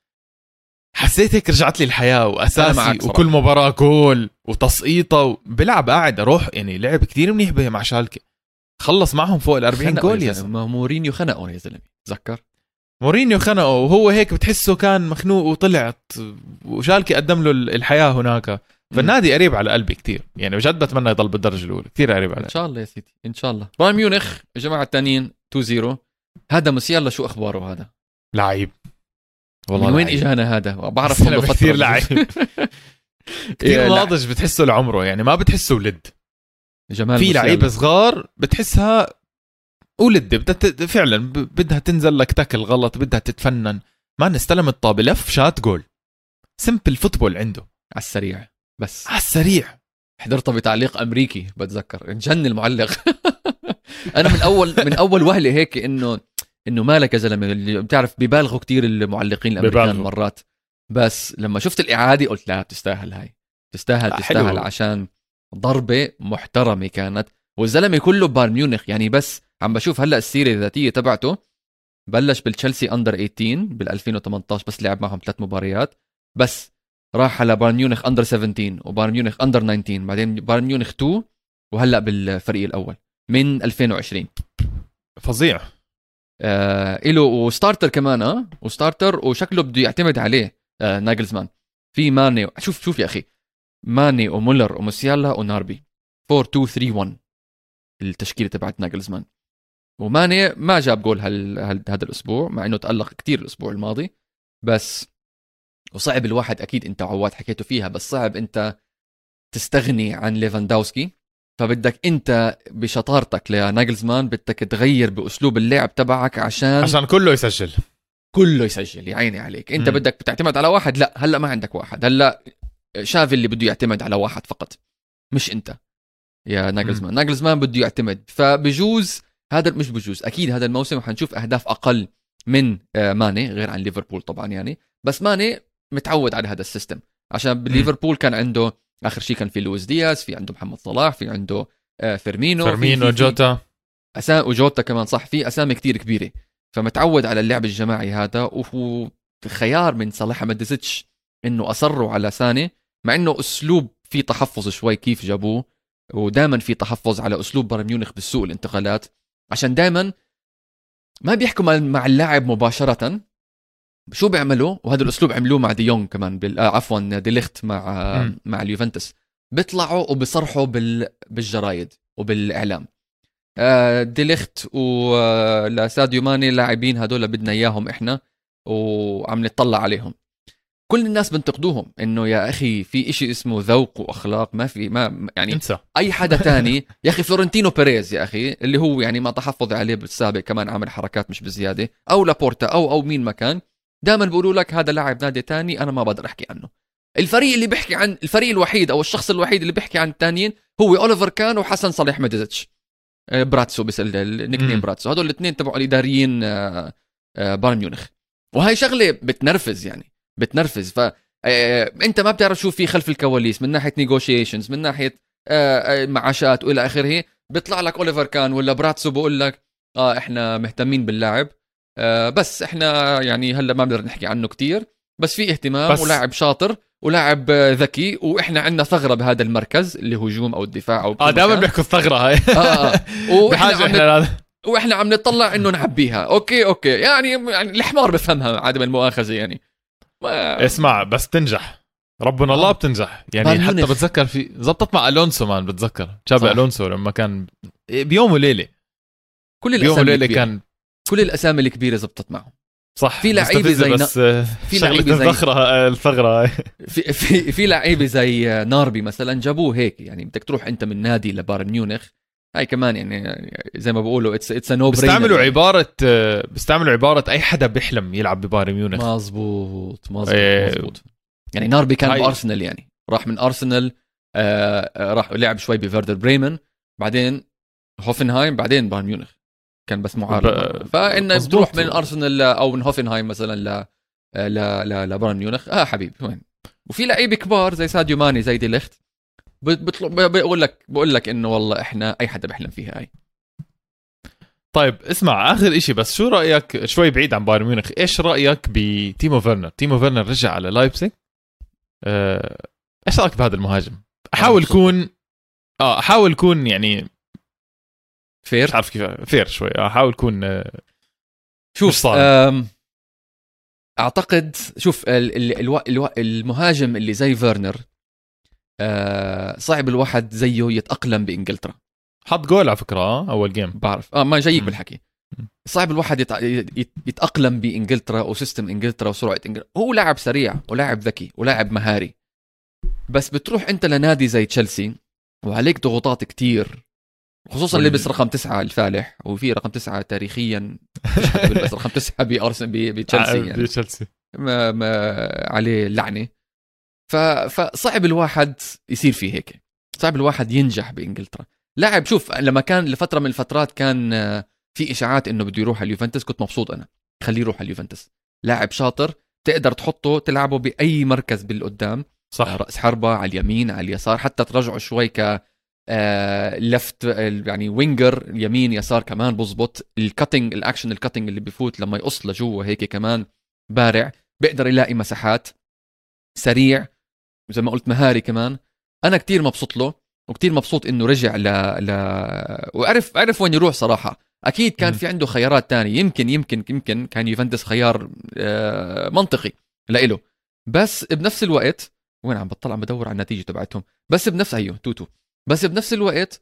حسيت هيك رجعت لي الحياه واساسي، وكل مباراه جول وتسقيطه بلعب قاعد اروح يعني. لعب كتير منيح مع شالكي، خلص معهم فوق ال40 جول. يا زلمه مورينيو خنقه يا زلمه، تذكر مورينيو خنقه وهو هيك بتحسه كان مخنوق وطلعت، وشالكي قدم له الحياه هناك. فالنادي قريب على قلبي كتير يعني، بجد بتمنى يضل بالدرجه الاولى، كتير قريب عليه. ان شاء الله يا سيدي ان شاء الله. بايرن ميونخ يا جماعه الثانيين 2-0. هذا مسيالا شو اخباره؟ هذا لعيب والله. من وين اجانا هذا؟ بعرف منه فتره كثير لعيب كثير ناضج، بتحسه لعمره يعني، ما بتحسه ولد. جمال في لعيبه صغار بتحسها ولد، بدها فعلا بدها تنزل لك تاكل غلط، بدها تتفنن. ما نستلم الطابه لف شات جول، سمبل فوتبول عنده على السريع. بس على السريع حضرته بتعليق امريكي بتذكر، جن المعلق. انا من اول وهله هيك انه مالك يا زلمه، اللي بتعرف بيبالغوا كتير المعلقين الامريكان مرات. بس لما شفت الاعاده قلت لا تستاهل، هاي تستاهل عشان ضربه محترمه كانت. والزلمه كله بايرن ميونخ يعني. بس عم بشوف هلا السيره الذاتيه تبعته، بلش بالتشيلسي اندر 18 بال 2018 بس لعب معهم 3 مباريات بس. راح على بايرن ميونخ اندر 17 وبايرن ميونخ اندر 19، بعدين بايرن ميونخ 2، وهلا بالفريق الاول من 2020. فظيع. إله وستارتر كمان وستارتر، وشكله بده يعتمد عليه ناجلزمان. في ماني، شوف يا اخي، ماني ومولر وموسيالا وناربي 4-2-3-1 التشكيله تبعت ناجلزمان. وماني ما جاب جول هذا الاسبوع مع انه تألق كتير الاسبوع الماضي. بس وصعب الواحد، اكيد انت عواد حكيته فيها، بس صعب انت تستغني عن ليفاندوسكي. فبدك انت بشطارتك لناجلزمان بدك تغير باسلوب اللعب تبعك عشان كله يسجل. يا عيني عليك. انت بدك بتعتمد على واحد، لا هلا ما عندك واحد. هلا شافي اللي بده يعتمد على واحد فقط، مش انت يا ناجلزمان. ناجلزمان بده يعتمد. فبجوز هذا، مش بجوز، اكيد هذا الموسم حنشوف اهداف اقل من ماني، غير عن ليفربول طبعا يعني. بس ماني متعود على هذا السيستم، عشان بليفربول كان عنده اخر شيء كان في لويس دياز، في عنده محمد صلاح، في عنده فيرمينو جوتا، وجوتا كمان صح، في اسامي كتير كبيره. فمتعود على اللعب الجماعي هذا. وخيار من صلاح مدزيتش انه اصروا على ساني، مع انه اسلوب في تحفظ شوي كيف جابوه، ودائما في تحفظ على اسلوب بايرن ميونخ بالسوق الانتقالات، عشان دائما ما بيحكوا مع اللاعب مباشره. شو بيعملوا؟ وهذا الاسلوب عملوه مع دي يونغ كمان عفوا دي ليخت مع اليوفنتوس. بيطلعوا وبيصرحوا بالجرايد وبالاعلام. دي ليخت ولساديو ماني لاعبين هذول بدنا اياهم احنا، وعم نطلع عليهم. كل الناس بنتقدوهم انه يا اخي في إشي اسمه ذوق واخلاق، ما في ما يعني انسى. اي حدا تاني. يا اخي فلورنتينو بيريز يا اخي اللي هو يعني ما تحفظ عليه بالسابق كمان عامل حركات مش بزياده، او لابورتا او مين ما كان، دائما بيقولوا لك هذا لاعب نادي تاني انا ما بقدر احكي عنه. الفريق اللي بيحكي عن الفريق الوحيد او الشخص الوحيد اللي بيحكي عن الثانيين هو اوليفر كان وحسن صالح ميدزيتش، براتسو بس النيك نيم براتسو، هذول الاثنين تبعوا الاداريين بايرن ميونخ. وهي شغله بتنرفز يعني بتنرفز. ف انت ما بتعرف شو في خلف الكواليس من ناحيه نيغوشيشنز، من ناحيه معاشات والى اخره. بيطلع لك اوليفر كان ولا براتسو بقول لك احنا مهتمين باللاعب، بس احنا يعني هلا ما بنقدر نحكي عنه كتير، بس في اهتمام ولاعب شاطر ولاعب ذكي، واحنا عندنا ثغره بهذا المركز اللي هجوم او الدفاع او دائما بيحكوا الثغره هاي. واحنا عم نطلع انه نعبيها. اوكي يعني الحمار بفهمها عدم المؤاخذه يعني. اسمع بس تنجح ربنا الله بتنجح يعني. حتى بتذكر في زبطت مع الونسو مان، بتذكر تشابي الونسو لما كان بيوم وليله كل الاسامي كان كل الاسامي الكبيره زبطت معه. صح. في لعيبه زي في لعيبه زي الثغره في لعيبه زي ناربي مثلا جابوه هيك يعني. بدك تروح انت من نادي لبايرن ميونخ، هاي كمان يعني زي ما بقولوا اتس نو برينر. بيستعملوا عباره اي حدا بيحلم يلعب ببايرن ميونخ. مظبوط يعني ناربي كان بارسنال يعني، راح من ارسنال راح لعب شوي بفيردر بريمن، بعدين هوفنهايم، بعدين بايرن ميونخ كان بس معارض. فإنه بتروح من أرسنال أو من هوفنهايم مثلا ل بايرن ميونخ حبيبي وين. وفي لعيبه كبار زي ساديو ماني زي دي ليخت بقول لك إنه والله إحنا أي حدا بيحلم فيها هاي. طيب اسمع آخر إشي بس، شو رأيك شوي بعيد عن بايرن ميونخ، إيش رأيك بتيمو فيرنر؟ تيمو فيرنر رجع على لايبزيج، إيش رأيك بهذا المهاجم؟ أحاول كون يعني فير، مش عارف كيف فير شوي، احاول اكون شوف اعتقد شوف المهاجم اللي زي فيرنر صعب الواحد زيه يتأقلم بإنجلترا. حط جول على فكرة اول جيم، بعرف ما جايك بالحكي. صعب الواحد يتأقلم بإنجلترا وسيستم إنجلترا وسرعة إنجلترا. هو لاعب سريع ولاعب ذكي ولاعب مهاري، بس بتروح انت لنادي زي تشيلسي وعليك ضغوطات كتير، خصوصا لبس رقم 9 الفالح، وفي رقم 9 تاريخيا بس رقم 9 بأرسنال بتشيلسي يعني بتشيلسي ما عليه لعنة. فصعب الواحد يصير فيه هيك، صعب الواحد ينجح بإنجلترا. لاعب شوف لما كان لفترة من الفترات كان في إشاعات إنه بده يروح على اليوفنتوس، كنت مبسوط أنا خليه يروح على اليوفنتوس. لاعب شاطر تقدر تحطه تلعبه بأي مركز بالقدام، صح، رأس حربة على اليمين على اليسار، حتى ترجعه شوي ك لفت يعني وينجر يمين يسار كمان بزبط. الكاتنج الاكشن الكاتنج اللي بيفوت لما يقص لجوه هيك كمان بارع، بيقدر يلاقي مساحات، سريع زي ما قلت، مهاري كمان. انا كتير مبسوط له وكتير مبسوط انه رجع وعرف وين يروح صراحة. اكيد كان في عنده خيارات تانية، يمكن كان يوفنتوس خيار منطقي لإله، بس بنفس الوقت وين عم بدور على النتيجة تبعتهم، بس بنفس توتو بس بنفس الوقت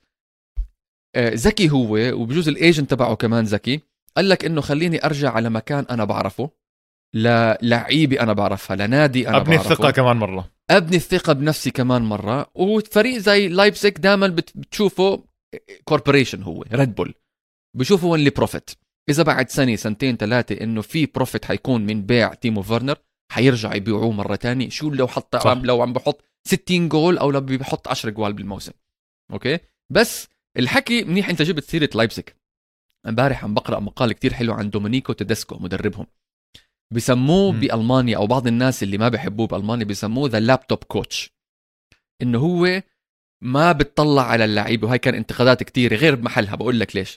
ذكي هو، وبجوز الايجنت تبعه كمان ذكي. قال لك انه خليني ارجع على مكان انا بعرفه، للعيبي انا بعرفها، لنادي انا ابني بعرفه، الثقه كمان مره، ابني الثقه بنفسي كمان مره. وفريق زي لايبزيج دائما بتشوفه كوربوريشن، هو ريد بول، بشوفه وين اللي بروفيت. اذا بعد سنه سنتين ثلاثه انه في بروفيت حيكون من بيع تيمو فيرنر، حيرجع يبيعوه مره تانية. شو لو عم بحط 60 جول او لو بيحط 10 جوال بالموسم. اوكي بس الحكي منيح. انت جبت سيره لايبزيج، امبارح عم بقرا مقال كتير حلو عن دومينيكو تيدسكو مدربهم، بسموه بألمانيا او بعض الناس اللي ما بيحبوه بألمانيا بسموه ذا لابتوب كوتش، انه هو ما بتطلع على اللعيبه. وهي كان انتقادات كتير غير بمحلها، بقول لك ليش.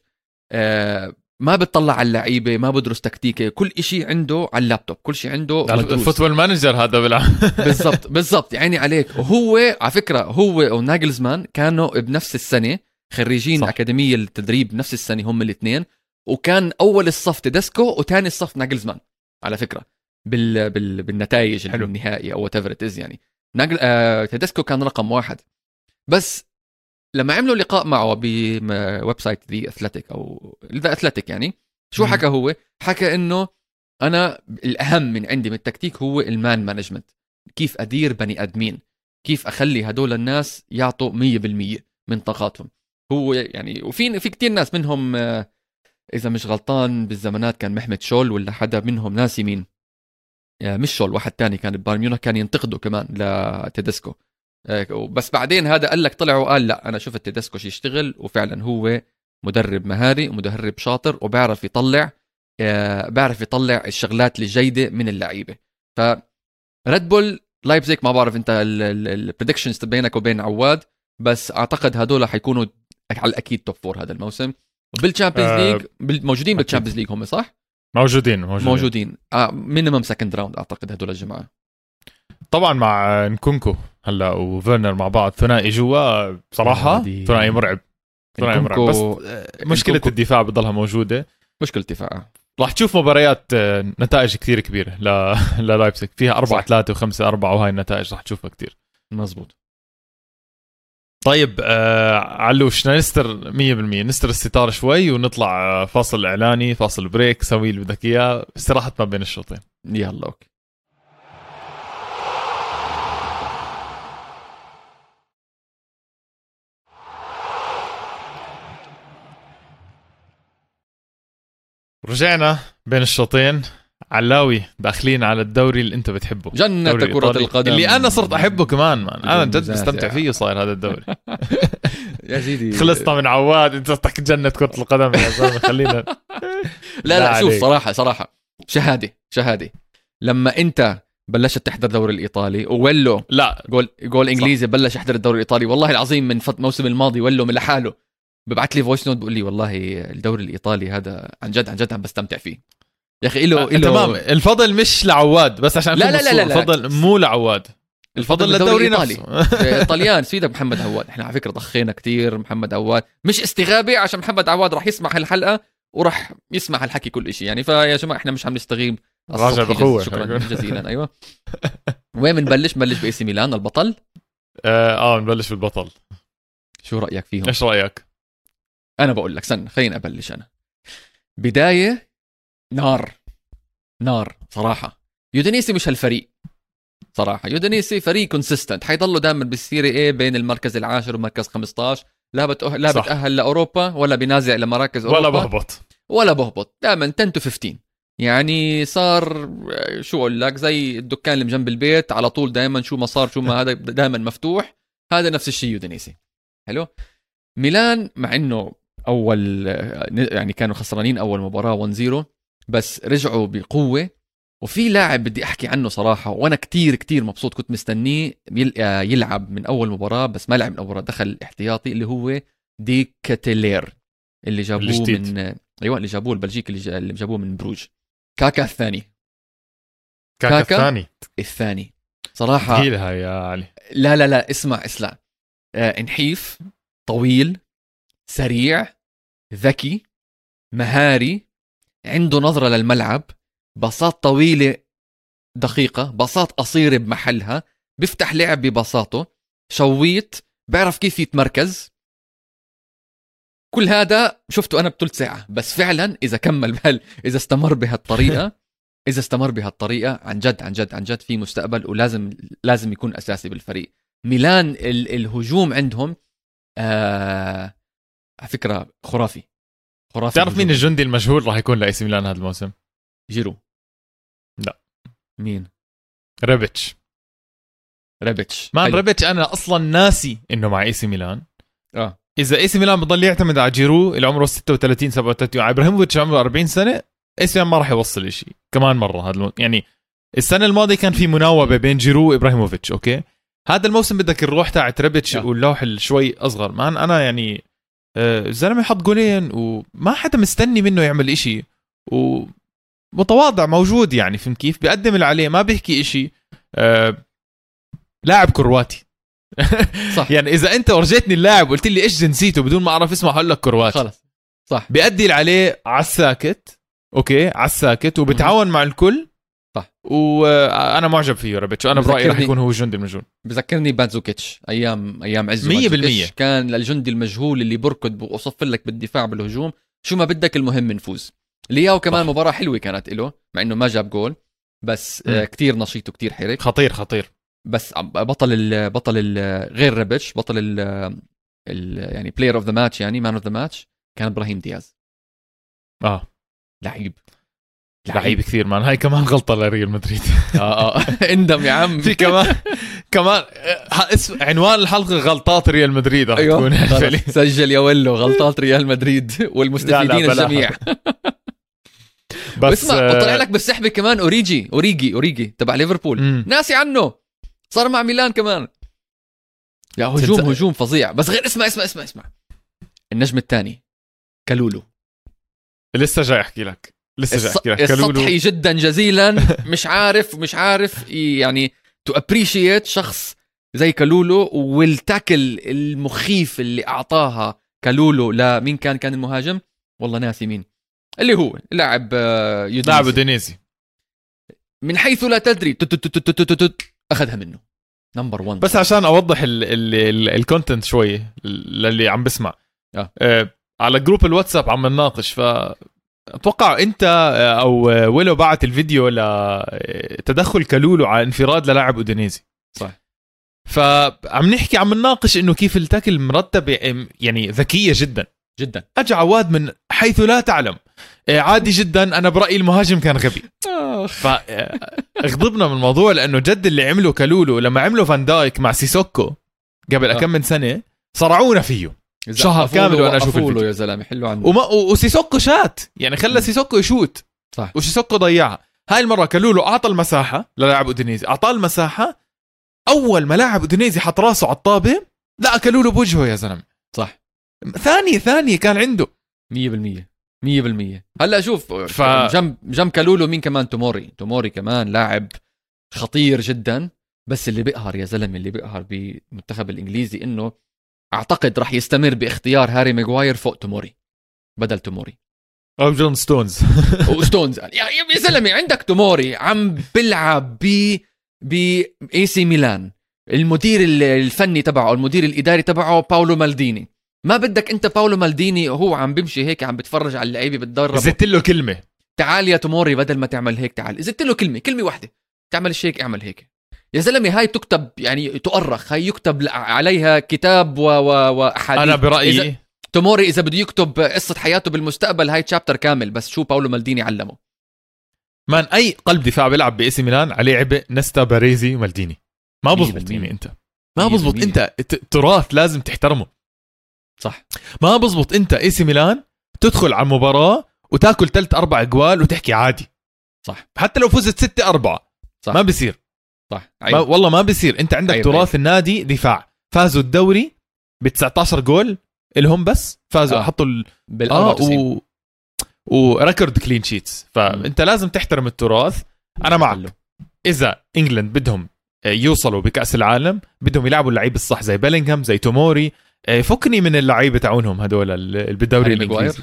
ما بتطلع على اللعيبه، ما بدرس تكتيكه، كل إشي عنده على اللابتوب، كل شيء عنده الفوتبول مانجر هذا بالعام. بالضبط يعني عليك. وهو على فكره هو وناجلزمان كانوا بنفس السنه خريجين صح. أكاديمية التدريب نفس السنه هم الاثنين، وكان اول الصف تيدسكو وثاني الصف ناجلزمان على فكره بالنتائج النهائيه او وات يعني. تيدسكو كان رقم 1، بس لما عملوا لقاء معه بويب سايت ذا اثليتيك او ذا اثليتيك يعني، شو حكى هو؟ حكى انه انا الاهم من عندي من التكتيك هو المان مانجمنت، كيف ادير بني ادمين، كيف اخلي هدول الناس يعطوا 100% من طاقاتهم. هو يعني وفي كتير ناس منهم اذا مش غلطان بالزمانات كان محمد شول ولا حدا منهم، ناسي مين، مش شول، واحد تاني كان ببايرن ميونخ كان ينتقده كمان لتيدسكو. بس بعدين هذا قال لك، طلع وقال لا انا شفت تيدسكو شو يشتغل، وفعلا هو مدرب مهاري ومدرب شاطر وبيعرف يطلع الشغلات الجيده من اللعيبه. ف ريد بول لايبزيج ما بعرف انت البريدكشنز بينك وبين عواد، بس اعتقد هدول حيكونوا على الاكيد توب فور هذا الموسم. وبالتشامبيونز ليج موجودين بالتشامبيونز ليج هم صح؟ موجودين مينيمم سكند راوند اعتقد هدول الجماعه. طبعا مع نكونكو هلا وفيرنر مع بعض ثنائي جوا بصراحه، ثنائي مرعب بس مشكله الدفاع بتضلها موجوده. مشكله الدفاع راح تشوف مباريات نتائج كثير كبيره للايبزيج فيها 4-3 و5-4 وهاي النتائج راح تشوفها كثير مزبوط. طيب علوش نستر 100% نستر الستار شوي ونطلع فاصل اعلاني، فاصل بريك، سوي اللي بدك اياه، استراحه ما بين الشوطين. يلا اوكي. رجعنا بين الشوطين. علاوي داخلين على الدوري اللي انت بتحبه، جنة كرة القدم اللي انا صرت احبه كمان انا جد بستمتع فيه صاير هذا الدوري. يا سيدي خلصنا من عواد، انت تحكي جنة كرة القدم يا زلمه خلينا. لا شوف صراحة شهادة لما انت بلشت تحضر الدوري الايطالي وولو لا جول انجليزي بلش يحضر الدوري الايطالي، والله العظيم من الموسم الماضي ولو من لحاله ببعث لي فويس نوت بقول لي والله الدوري الايطالي هذا عن جد عم بستمتع فيه يا اخي. تمام، الفضل مش لعواد بس عشان لا الفضل مو لعواد، الفضل للدوري نفسه. طليان سيدك محمد عواد، احنا على فكره ضخينا كتير محمد عواد، مش استغابه عشان محمد عواد راح يسمع هالحلقه وراح يسمع هالحكي كل شيء يعني. فيا جماعه احنا مش عم نستغيب، راجع بقوه. شكرا جزيلا. ايوه وين بنبلش باي سي ميلان البطل. نبلش بالبطل. شو رايك فيهم؟ ايش رايك؟ انا بقول لك خليني ابلش. انا بدايه نار صراحه. يودينيسي مش هالفريق صراحه، يودينيسي فريق كونسيستنت حيضلوا دائما بالسيري ايه بين المركز العاشر ومركز 15، لا بتأهل لاوروبا ولا بينازع لمراكز اوروبا ولا بهبط دائما 10 to 15 يعني. صار شو اقول لك زي الدكان اللي جنب البيت على طول دائما، شو ما صار شو ما هذا دائما مفتوح. هذا نفس الشيء يودينيسي. حلو. ميلان مع انه اول يعني كانوا خسرانين اول مباراه 1-0 بس رجعوا بقوه. وفي لاعب بدي احكي عنه صراحه وانا كتير مبسوط، كنت مستنيه يلعب من اول مباراه بس ما لعب من اول مباراه، دخل احتياطي، اللي هو دي كاتيلير اللي جابوه من اللي جابوه البلجيكي اللي جابوه من بروج. كاكا الثاني صراحه ثقيلها يا علي. لا اسمع نحيف، طويل، سريع، ذكي، مهاري، عنده نظرة للملعب، بساط طويلة دقيقة، بساط قصيرة بمحلها، بيفتح لعب ببساطه، شويت، بيعرف كيف يتمركز. كل هذا شفته أنا بثلث ساعة بس. فعلا إذا كمل إذا استمر بهالطريقة عن جد في مستقبل، ولازم يكون أساسي بالفريق. ميلان الهجوم عندهم على فكرة خرافي. تعرف مين الجندي المجهول راح يكون لإيسي ميلان هذا الموسم؟ جيرو. لا مين؟ ريبيتش. ريبيتش أنا أصلا ناسي إنه مع إيسي ميلان. إذا إيسي ميلان بضل يعتمد على جيرو اللي عمره 36 37 إبراهيموفيتش عمره 40 سنة، إيسي ميلان ما راح يوصل إشي كمان مرة. هذا يعني السنة الماضية كان في مناوبة بين جيرو وإبراهيموفيتش. أوكي هذا الموسم بدك الروح تاعت ريبيتش واللوح شوي أصغر. مان أنا يعني الزلمة حط جولين وما حدا مستني منه يعمل إشي، ومتواضع موجود يعني. فهم كيف بيقدم اللي عليه، ما بيحكي إشي. لاعب كرواتي. صح. يعني إذا أنت ورجيتني اللاعب قلت لي إيش جنسيته بدون ما أعرف اسمه هقول لك كرواتي. خلص صح. بيأدي اللي عليه على الساكت. أوكي على الساكت وبتعاون مع الكل. صح. وانا معجب فيه ريبيتش، انا برايي راح يكون هو الجندي المجهول. بذكرني بانزوكيتش ايام عزه 100% كان الجندي المجهول اللي بركض وصف لك بالدفاع بالهجوم، شو ما بدك المهم نفوز. لياو كمان مباراه حلوه كانت له مع انه ما جاب جول، بس كتير نشيط وكتير حرك، خطير. بس بطل غير ريبتش، بطل يعني بلاير اوف ذا ماتش، يعني مان اوف ذا ماتش كان ابراهيم دياز. لعيب كثير مان. هاي كمان غلطه لريال مدريد. اندم يا عم. في كمان عنوان الحلقه غلطات ريال مدريد راح تكون. سجل يا ولو غلطات ريال مدريد والمستفيدين الجميع. بس اسمع، طلع لك بالسحبه كمان اوريجي تبع ليفربول. ناسي عنه، صار مع ميلان كمان. يا هجوم فظيع. بس غير اسمع النجم الثاني كالولو. لسه جاي احكي لك كالولو سطحي جدا جزيلا. مش عارف يعني تو ابريشيت شخص زي كالولو، والتاكل المخيف اللي اعطاها كالولو لمين كان المهاجم، والله ناسي مين، اللي هو لاعب اودينيزي من حيث لا تدري اخذها منه نمبر 1. بس عشان اوضح الكونتنت شوي للي عم بسمع على جروب الواتساب عم نناقش، فاتوقع انت او ولو بعت الفيديو لتدخل كالولو على انفراد للاعب اودينيزي، صح؟ فعم نحكي عم نناقش انه كيف التاكل مرتب، يعني ذكيه جدا. اجى عواد من حيث لا تعلم، عادي جدا. انا برايي المهاجم كان غبي. فاغضبنا من الموضوع، لانه جد اللي عمله كالولو لما عمله فان دايك مع سيسوكو قبل كم من سنه صرعونا فيه شهر كامل وانا اشوف الفيديو يا زلمه. حلو عنه. وسيسوكو شات، يعني خلى سيسوكو يشوت، صح، وسيسوكو ضيعها. هاي المره كالولو اعطى المساحه للاعب اودينيزي، اعطاه المساحه. اول ما لاعب اودينيزي حط راسه على الطابه لا كالولو بوجهه يا زلمه، صح. ثانية كان عنده 100%. هلا شوف جنب كالولو مين كمان؟ توموري كمان لاعب خطير جدا. بس اللي بيقهر يا زلمه، اللي بيقهر بالمنتخب الانجليزي انه اعتقد راح يستمر باختيار هاري ماغواير فوق توموري بدل توموري او جون ستونز. وستونز يا زلمه، عندك توموري عم بيلعب ب اي سي ميلان، المدير الفني تبعه، المدير الاداري تبعه باولو مالديني. ما بدك انت باولو مالديني وهو عم بمشي هيك عم بتفرج على اللعيبه بتدرب، زدت له كلمه تعال يا توموري، بدل ما تعمل هيك تعال. زدت له كلمه واحده، تعملش هيك اعمل هيك. يا زلمه هاي تكتب، يعني تؤرخ، هاي يكتب عليها كتاب واحاديث. انا برايي توموري اذا بده يكتب قصه حياته بالمستقبل هاي تشابتر كامل. بس شو باولو مالديني علمه؟ مان اي قلب دفاع بيلعب باسي ميلان عليه عبء نستا باريزي مالديني. ما بزبط يعني انت ما بزبط انت التراث لازم تحترمه، صح؟ ما بزبط انت اسي ميلان تدخل على المباراه وتاكل 3-4 اجوال وتحكي عادي، صح؟ حتى لو فزت 6-4 صح. ما بيصير، صح؟ والله ما بيصير. انت عندك تراث النادي دفاع. فازوا الدوري ب19 جول الهم، بس فازوا حطوا بال وريكورد كلين شيتس. فانت لازم تحترم التراث. انا معك. اذا انجلند بدهم يوصلوا بكأس العالم بدهم يلعبوا اللعيب الصح زي بيلينغهام زي توموري. فكني من اللعيبه تاعونهم هدول بالدوري الانجليزي.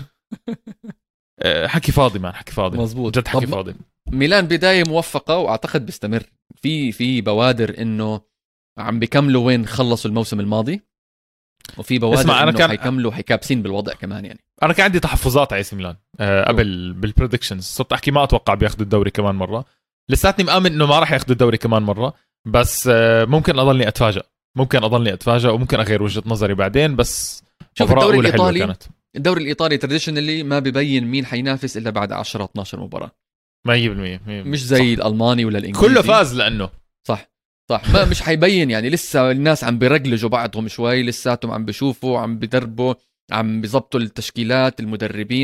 حكي فاضي مان، حكي فاضي مزبوط، جد حكي فاضي. ميلان بدايه موفقه واعتقد بيستمر في بوادر انه عم بيكملوا وين خلصوا الموسم الماضي، وفي بوادر انه حيكملوا حيكابسين بالوضع كمان. يعني انا كان عندي تحفظات على اي سي ميلان قبل بالبريدكشنز، صرت احكي ما اتوقع بياخذوا الدوري كمان مره. لساتني مآمن انه ما راح ياخذوا الدوري كمان مره، بس ممكن اضلني اتفاجأ، وممكن اغير وجهة نظري بعدين. بس شوف الدوري الايطالي تراديشنالي ما ببين مين حينافس الا بعد 10-12 مباراة 100%. مش زي صح. الالماني ولا الانجليزي كله فاز لانه صح ما مش حيبين. يعني لسه الناس عم بيرجلجوا بعضهم شوي، لساتهم عم بيشوفوا، عم بيدربوا، عم بيزبطوا التشكيلات، المدربين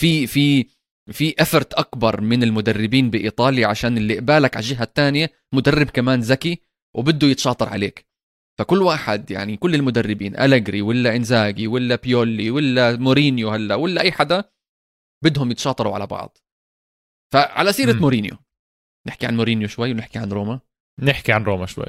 في افرت اكبر من المدربين بايطاليا، عشان اللي قبالك على الجهه الثانيه مدرب كمان ذكي وبده يتشاطر عليك. فكل واحد، يعني كل المدربين أليجري ولا إنزاغي ولا بيولي ولا مورينيو هلا ولا أي حدا بدهم يتشاطروا على بعض. فعلى سيرة مورينيو نحكي عن مورينيو شوي ونحكي عن روما. نحكي عن روما شوي.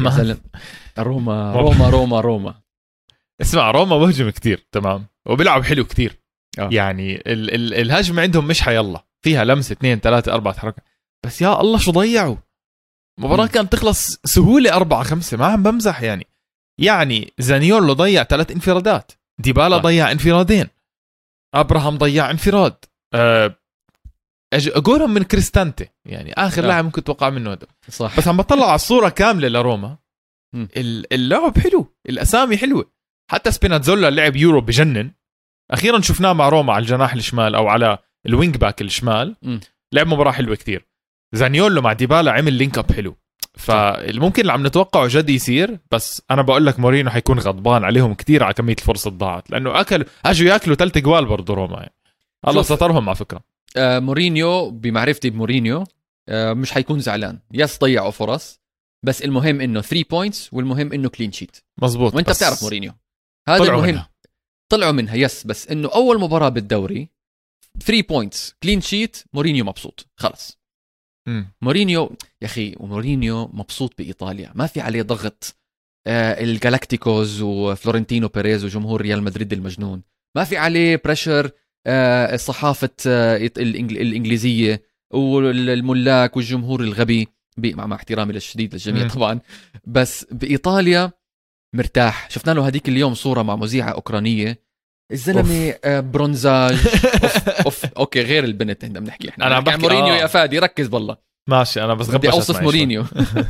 روما اسمع، روما بهجم كتير تمام وبيلعب حلو كتير. يعني الهجمة عندهم مش حيلا، فيها لمسة 2 3 4 حركة، بس يا الله شو ضيعوا. مباراة كانت تخلص سهولة 4-5، ما عم بمزح. يعني زانيولو ضيع 3 انفرادات، ديبالا ضيع انفرادين، أبراهام ضيع انفراد، اقولهم من كريستانتي يعني اخر لاعب ممكن توقع منه هذا صح. بس عم بطلع على الصوره كامله لروما اللعب حلو، الاسامي حلوه، حتى سبيناتزولا لعب يورو بجنن، اخيرا شفناه مع روما على الجناح الشمال او على الوينج باك الشمال. لعب مباراه حلوه كتير. زانيولو مع ديبالا عمل لينك اب حلو، فالممكن اللي عم نتوقعه جد يصير. بس انا بقول لك مورينو حيكون غضبان عليهم كتير على كميه الفرص الضاعت، لانه اجوا ياكلوا 3 جوال برضه روما يعني. الله سطرهم على فكره. مورينيو بمعرفتي بمورينيو مش حيكون زعلان، يس ضيعوا فرص، بس المهم انه 3 بوينتس والمهم انه كلين شيت. مزبوط. وانت بتعرف مورينيو هذا المهم. طلعوا منها يس، بس انه اول مباراه بالدوري 3 بوينتس كلين شيت، مورينيو مبسوط خلص. مورينيو يا اخي، ومورينيو مبسوط بايطاليا، ما في عليه ضغط الجالاكتيكوز وفلورنتينو بيريز وجمهور ريال مدريد المجنون، ما في عليه بريشر الصحافه الانجليزيه والملاك والجمهور الغبي، مع احترامي للشديد للجميع طبعا. بس بايطاليا مرتاح. شفنا له هذيك اليوم صوره مع مذيعه اوكرانيه، الزلمه برونزاج. أوف. اوكي غير البنت عندنا بنحكي احنا. انا بحكي مورينيو يا فادي ركز بالله. ماشي انا بس بدي اوصف مورينيو.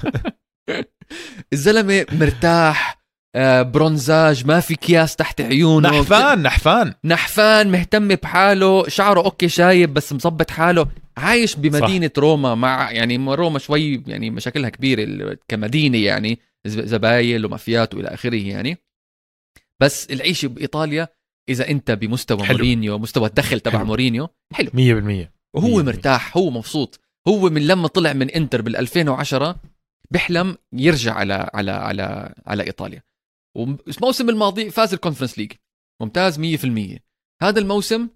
الزلمه مرتاح، برونزاج، ما في كياس تحت عيونه، نحفان مهتم بحاله، شعره اوكي شايب بس مظبط حاله، عايش بمدينه صح. روما، مع يعني روما شوي يعني مشاكلها كبيره كمدينه، يعني زبايل ومافيات والى اخره يعني. بس العيشه بايطاليا اذا انت بمستوى حلو. مورينيو، مستوى الدخل تبع مورينيو حلو 100%، وهو 100%. مرتاح، هو مبسوط. هو من لما طلع من انتر بال2010 بيحلم يرجع على ايطاليا. والموسم الماضي فاز الكونفرنس ليج ممتاز 100%. هذا الموسم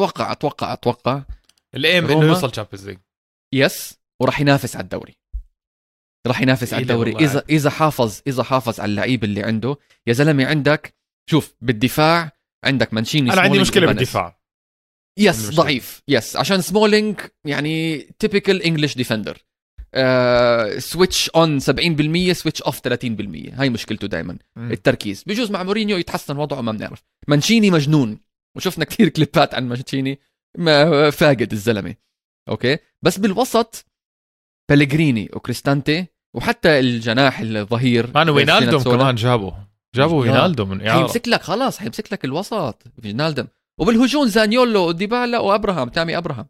اتوقع الايم انه يوصل تشامبيونز ليج يس، وراح ينافس على الدوري. راح ينافس على الدوري اذا حافظ على اللعيبه اللي عنده. يا زلمه عندك شوف بالدفاع عندك مانشيني. انا عندي مشكله بالدفاع يس ضعيف يس، عشان سمولينج يعني تيبيكال انجلش ديفندر، سويتش اون 70% سويتش اوف 30%. هاي مشكلته دائما التركيز. بيجوز مع مورينيو يتحسن وضعه ما بنعرف. مانشيني مجنون وشفنا كثير كليبات عن مانشيني، ما فاقد الزلمه اوكي. بس بالوسط بلغريني وكريستانتي وحتى الجناح الظهير مانو وينالدوم كمان جابوا وينالدوم من اعاره. حيمسك لك خلاص، حيمسك لك الوسط وينالدوم. وبالهجوم زانيولو وديبالا وابراهام، تامي ابراهام.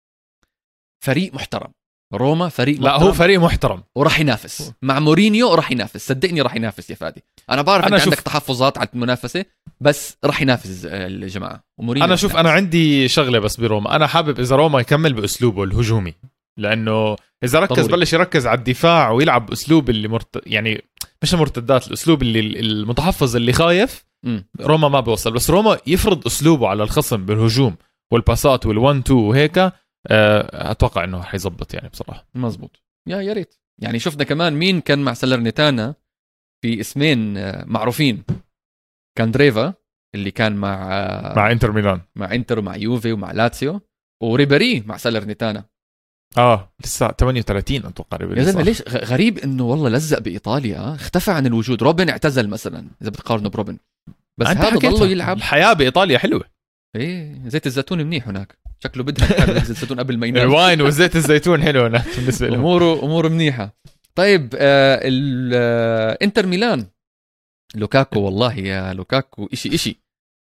فريق محترم روما، فريق لا محترم. هو فريق محترم وراح ينافس مع مورينيو، راح ينافس صدقني، راح ينافس يا فادي. انا بعرف انت عندك تحفظات على المنافسه، بس راح ينافس الجماعه. ومورينيو انا شوف انا عندي شغله بس بروما، انا حابب اذا روما يكمل باسلوبه الهجومي، لانه اذا ركز ضروري. بلش يركز على الدفاع ويلعب باسلوب اللي يعني مش المرتدات، الاسلوب اللي المتحفظ اللي خايف، روما ما بيوصل. بس روما يفرض اسلوبه على الخصم بالهجوم والباسات والوان تو وهيك، اتوقع انه حيزبط يعني بصراحه. مزبوط يا ريت. يعني شفنا كمان مين كان مع سالرنيتانا في اسمين معروفين. كان دريفا اللي كان مع انتر ميلان، مع انتر ومع يوفي ومع لاتسيو، وريبري مع سالرنيتانا لسه 38 اتوقع ريبري. يا زلمه ليش غريب انه والله لزق بايطاليا، اختفى عن الوجود. روبن اعتزل مثلا اذا بتقارنه بروبن، بس هذا ضله يلعب. الحياه بايطاليا حلوه. ايه زيت الزيتون منيح هناك، شكله بدها زيت الزيتون قبل ما ينام. الواين وزيت الزيتون حلو هناك بالنسبه له. اموره منيحه. طيب انتر ميلان، لوكاكو والله يا لوكاكو إشي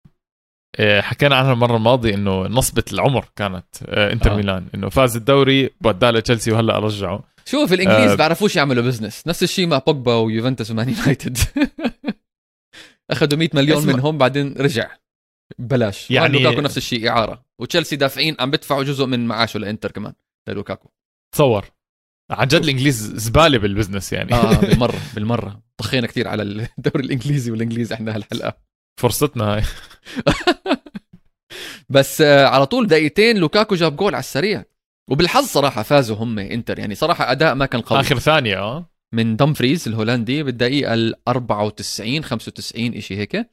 حكينا عنها المره الماضيه انه نصبه العمر كانت انتر ميلان، انه فاز الدوري بداه لتشيلسي وهلا رجعه. شوف الانجليز بيعرفوش يعملوا بزنس، نفس الشيء مع بوجبا ويوفنتوس ومان يونايتد. اخذوا 100 مليون منهم بعدين رجع بلاش. يعني لوكاكو نفس الشيء اعاره، وتشيلسي دافعين عم بدفعوا جزء من معاشه لانتر كمان للوكاكو. تصور عن جد الانجليز زباله بالبزنس يعني. بالمره طخينا كتير على الدوري الانجليزي والانجليز احنا هالحلقه فرصتنا هاي. بس على طول دقيقتين لوكاكو جاب جول على السريع، وبالحظ صراحه فازوا هم انتر. يعني صراحه اداء ما كان قوي. اخر ثانيه من دمفريز الهولندي بالدقيقه 94 95 شيء هيك.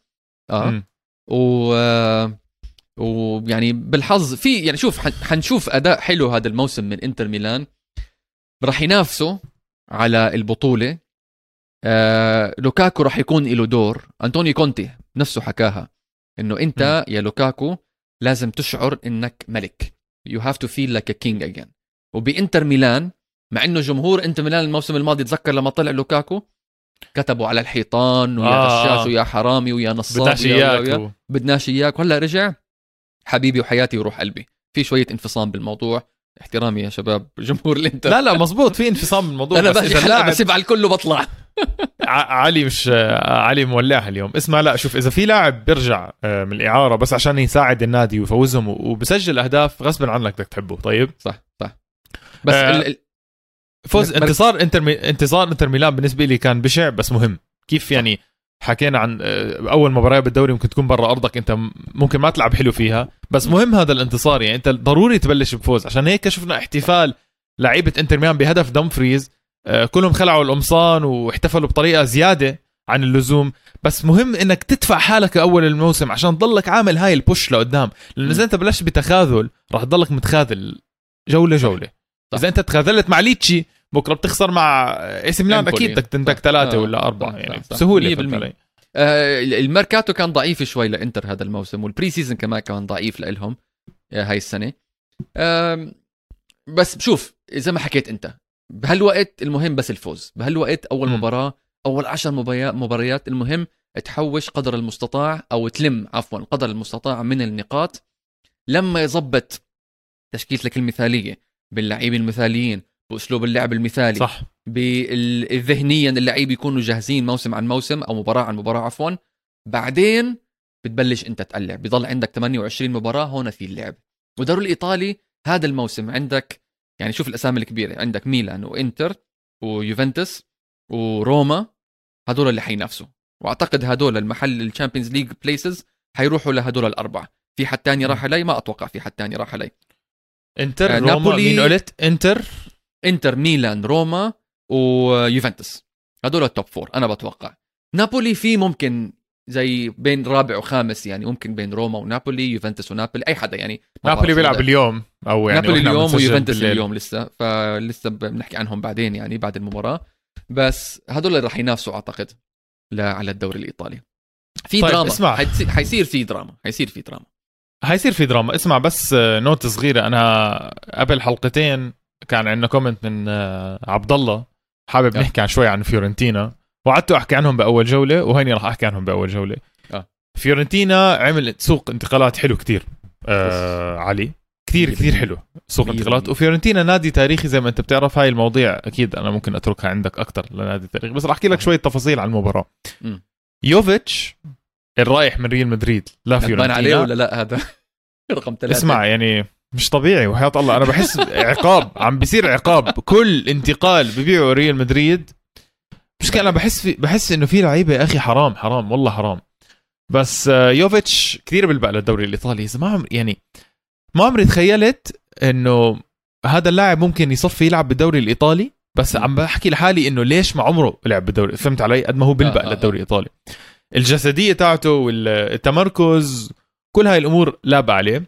ويعني بالحظ في يعني شوف حنشوف اداء حلو هذا الموسم من انتر ميلان. راح ينافسوا على البطوله. لوكاكو راح يكون له دور. أنطونيو كونتي نفسه حكاها انه انت يا لوكاكو لازم تشعر انك ملك. you have to feel like a king again. وبإنتر ميلان مع انه جمهور انتر ميلان الموسم الماضي تذكر لما طلع لوكاكو كتبوا على الحيطان ويا غشاش ويا حرامي ويا نصاب بدناش اياك بدناش اياك. وهلا رجع حبيبي وحياتي وروح قلبي. في شويه انفصام بالموضوع. احترامي يا شباب جمهور الانتر. لا مزبوط في انفصام بالموضوع. انا بسيب على الكل وبطلع. علي مش علي مولعها اليوم. اسمع لا شوف اذا في لاعب بيرجع من الاعاره بس عشان يساعد النادي ويفوزهم وبسجل اهداف غصبا عنك بدك تحبه. طيب صح بس فوز انتصار انتر ميلان بالنسبه لي كان بشع بس مهم. كيف يعني حكينا عن اول مباراه بالدوري ممكن تكون برا ارضك انت ممكن ما تلعب حلو فيها بس مهم هذا الانتصار. يعني انت ضروري تبلش بفوز. عشان هيك شفنا احتفال لعيبه انتر ميلان بهدف دمفريز كلهم خلعوا القمصان واحتفلوا بطريقه زياده عن اللزوم. بس مهم انك تدفع حالك اول الموسم عشان تضلك عامل هاي البوش لقدام. لانه اذا انت بلشت بتخاذل راح تضلك متخاذل جوله. اذا انت تخاذلت مع ليتشي بكره بتخسر مع اي سي ميلان اكيد بدك تنتك 3 ولا 4 يعني بسهوله. الميركاتو كان ضعيف شوي لانتر هذا الموسم والبري سيزون كمان كان ضعيف لهم هاي السنه. بس بشوف زي ما حكيت انت بهالوقت المهم بس الفوز. بهالوقت اول مباراه اول 10 مباريات المهم تحوش قدر المستطاع او تلم قدر المستطاع من النقاط لما يضبط تشكيلتك المثاليه باللاعبين المثاليين باسلوب اللعب المثالي صح بالذهنيا اللعيب يكونوا جاهزين موسم عن موسم او مباراه عن مباراه عفوا. بعدين بتبلش انت تقلع. بيضل عندك 28 مباراه هون في اللعب. والدوري الايطالي هذا الموسم عندك يعني شوف الاسامي الكبيره عندك ميلان وانتر ويوفنتوس وروما هدول اللي حينافسوا. واعتقد هدول المحل الشامبيونز ليج بليسز حيروحوا لهدول الاربعه. في حد تاني راح علي؟ ما اتوقع في حد تاني راح علي. انتر روما مين قلت؟ انتر ميلان روما ويوفنتوس هدول التوب 4 انا بتوقع. نابولي في ممكن زي بين رابع وخامس يعني ممكن بين روما ونابولي يوفنتوس ونابولي اي حدا يعني. نابولي بيلعب اليوم او يعني نابولي اليوم ويوفنتوس اليوم لسه فلسه بنحكي عنهم بعدين يعني بعد المباراة. بس هدول اللي راح ينافسوا اعتقد لا على الدوري الايطالي. في طيب دراما اسمع. حيصير في دراما. اسمع بس نوت صغيرة. انا قبل حلقتين كان عندنا كومنت من عبد الله حابب نحكي عن شوي عن فيورنتينا وقعدت احكي عنهم باول جوله وهيني راح احكي عنهم باول جوله. فيورنتينا عمل سوق انتقالات حلو كتير علي كتير حلو سوق انتقالات. وفيورنتينا نادي تاريخي زي ما انت بتعرف. هاي المواضيع اكيد انا ممكن اتركها عندك اكتر لنادي تاريخي بس راح احكي لك شويه تفاصيل عن المباراه. يوفيتش الرايح من ريال مدريد لا فيورنتينا عليه ولا لا هذا رقم 3. اسمع يعني مش طبيعي وحياة الله انا بحس عقاب عم بيصير عقاب كل انتقال ببيعه ريال مدريد. مش كان انا بحس انه في لعيبه يا اخي حرام والله حرام. بس يوفيتش كثير بيلبق للدوري الايطالي. ما عمري تخيلت انه هذا اللاعب ممكن يصفي يلعب بالدوري الايطالي. بس عم بحكي لحالي انه ليش ما عمره لعب بالدوري. فهمت علي؟ قد ما هو بيلبق للدوري الايطالي الجسديه تاعته والتمركز كل هاي الامور لابقه عليه.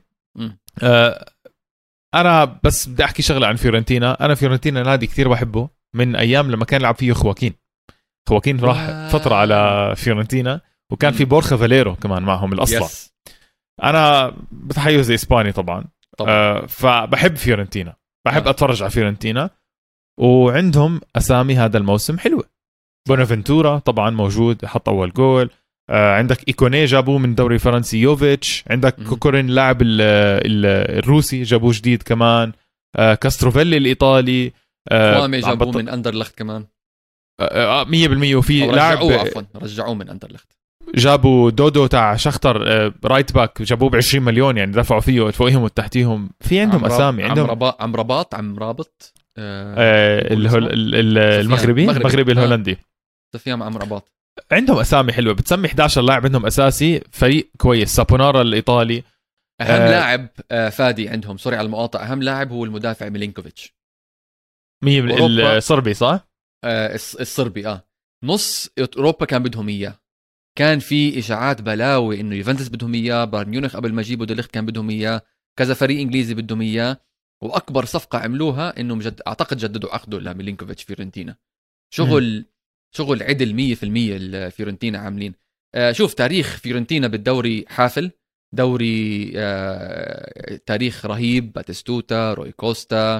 انا بس بدي احكي شغله عن فيورنتينا. انا فيورنتينا نادي كثير بحبه من ايام لما كان يلعب فيه خواكين راح فتره على فيورنتينا وكان في بورخا فاليرو كمان معهم الاصلع. انا بتحيز اسباني طبعا. فبحب فيورنتينا بحب اتفرج على فيورنتينا وعندهم اسامي هذا الموسم حلوه. بونافنتورا طبعا موجود حط اول جول. عندك ايكوني جابوه من الدوري الفرنسي. يوفيتش عندك كوكورين لاعب الروسي جابوه جديد كمان. كاستروفيلي الايطالي. كوامي جابوه من اندرلخت كمان 100%. وفي لاعب رجعوه من اندرلخت. جابوا دودو تاع شختر رايت باك جابوه ب20 مليون يعني دفعوا فيه فوقهم وتحتيهم. في عندهم اسامي عندهم عم رابط اللي هو المغربي الهولندي سفيان عم رباط. عندهم اسامي حلوه بتسمي 11 لاعب عندهم اساسي. فريق كويس. سابونارا الايطالي اهم لاعب فادي عندهم سوري على المقاطعه. اهم لاعب هو المدافع ميلينكوفيتش الصربي صح؟ الصربي نص اوروبا كان بدهم اياه. كان في اشاعات بلاوي انه يوفنتوس بدهم اياه. بايرن ميونخ قبل ما يجيبوا ديليخت كان بدهم اياه. كذا فريق انجليزي بدهم اياه. واكبر صفقه عملوها انه اعتقد جددوا عقده لميلينكوفيتش فيورنتينا. شغل عدل 100% الفيورنتينا عاملين. شوف تاريخ فيورنتينا بالدوري حافل. دوري تاريخ رهيب، باتيستوتا، روي كوستا،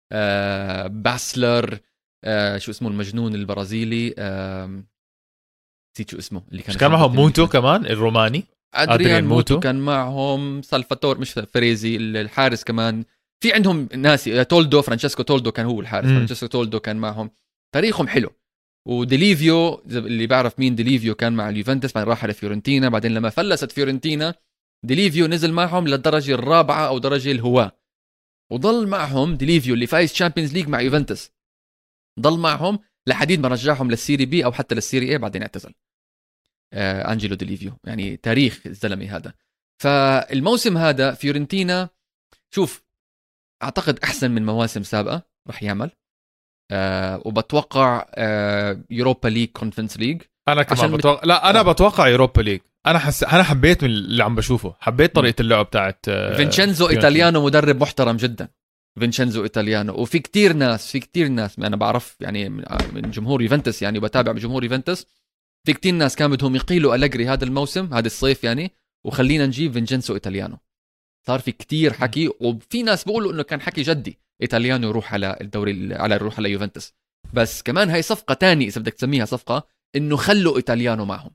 باسلر، شو اسمه المجنون البرازيلي، نسيت شو اسمه اللي كان معهم موتو كمان الروماني، أدريان موتو كان معهم، سالفاتور مش فريزي الحارس كمان، في عندهم ناس، تولدو، فرانشيسكو تولدو كان هو الحارس، فرانشيسكو تولدو كان معهم، تاريخهم حلو. وديليفيو اللي بعرف مين ديليفيو كان مع اليوفنتوس، بعدين راح على فيورنتينا، بعدين لما فلست فيورنتينا ديليفيو نزل معهم للدرجة الرابعة أو درجة الهواة، وضل معهم ديليفيو اللي فايز تشامبيونز ليج مع يوفنتوس، ضل معهم لحديد ما رجعهم للسيري بي أو حتى للسيري اي، بعدين اعتزل. أنجيلو ديليفيو يعني تاريخ الزلمة هذا. فالموسم هذا فيورنتينا شوف أعتقد أحسن من مواسم سابقة رح يعمل، وبتوقع يوروبا ليج، كونفرنس ليج. انا كمان بتوقع لا انا بتوقع يوروبا ليج. انا حبيت من اللي عم بشوفه، حبيت طريقه اللعب تاعت فينشينزو إيطاليانو، مدرب محترم جدا فينشينزو إيطاليانو. وفي كتير ناس انا بعرف يعني من جمهور يوفنتوس، يعني بتابع من جمهور يوفنتوس، في كتير ناس كانوا بدهم يقيلوا أليجري هذا الموسم، هذا الصيف يعني، وخلينا نجيب فينشينزو إيطاليانو. صار في كتير حكي، وفي ناس بيقولوا انه كان حكي جدي إيطاليانو يروح على الدوري، على يروح على يوفنتوس. بس كمان هاي صفقة تاني إذا بدك تسميها صفقة، إنه خلوا إيطاليانو معهم.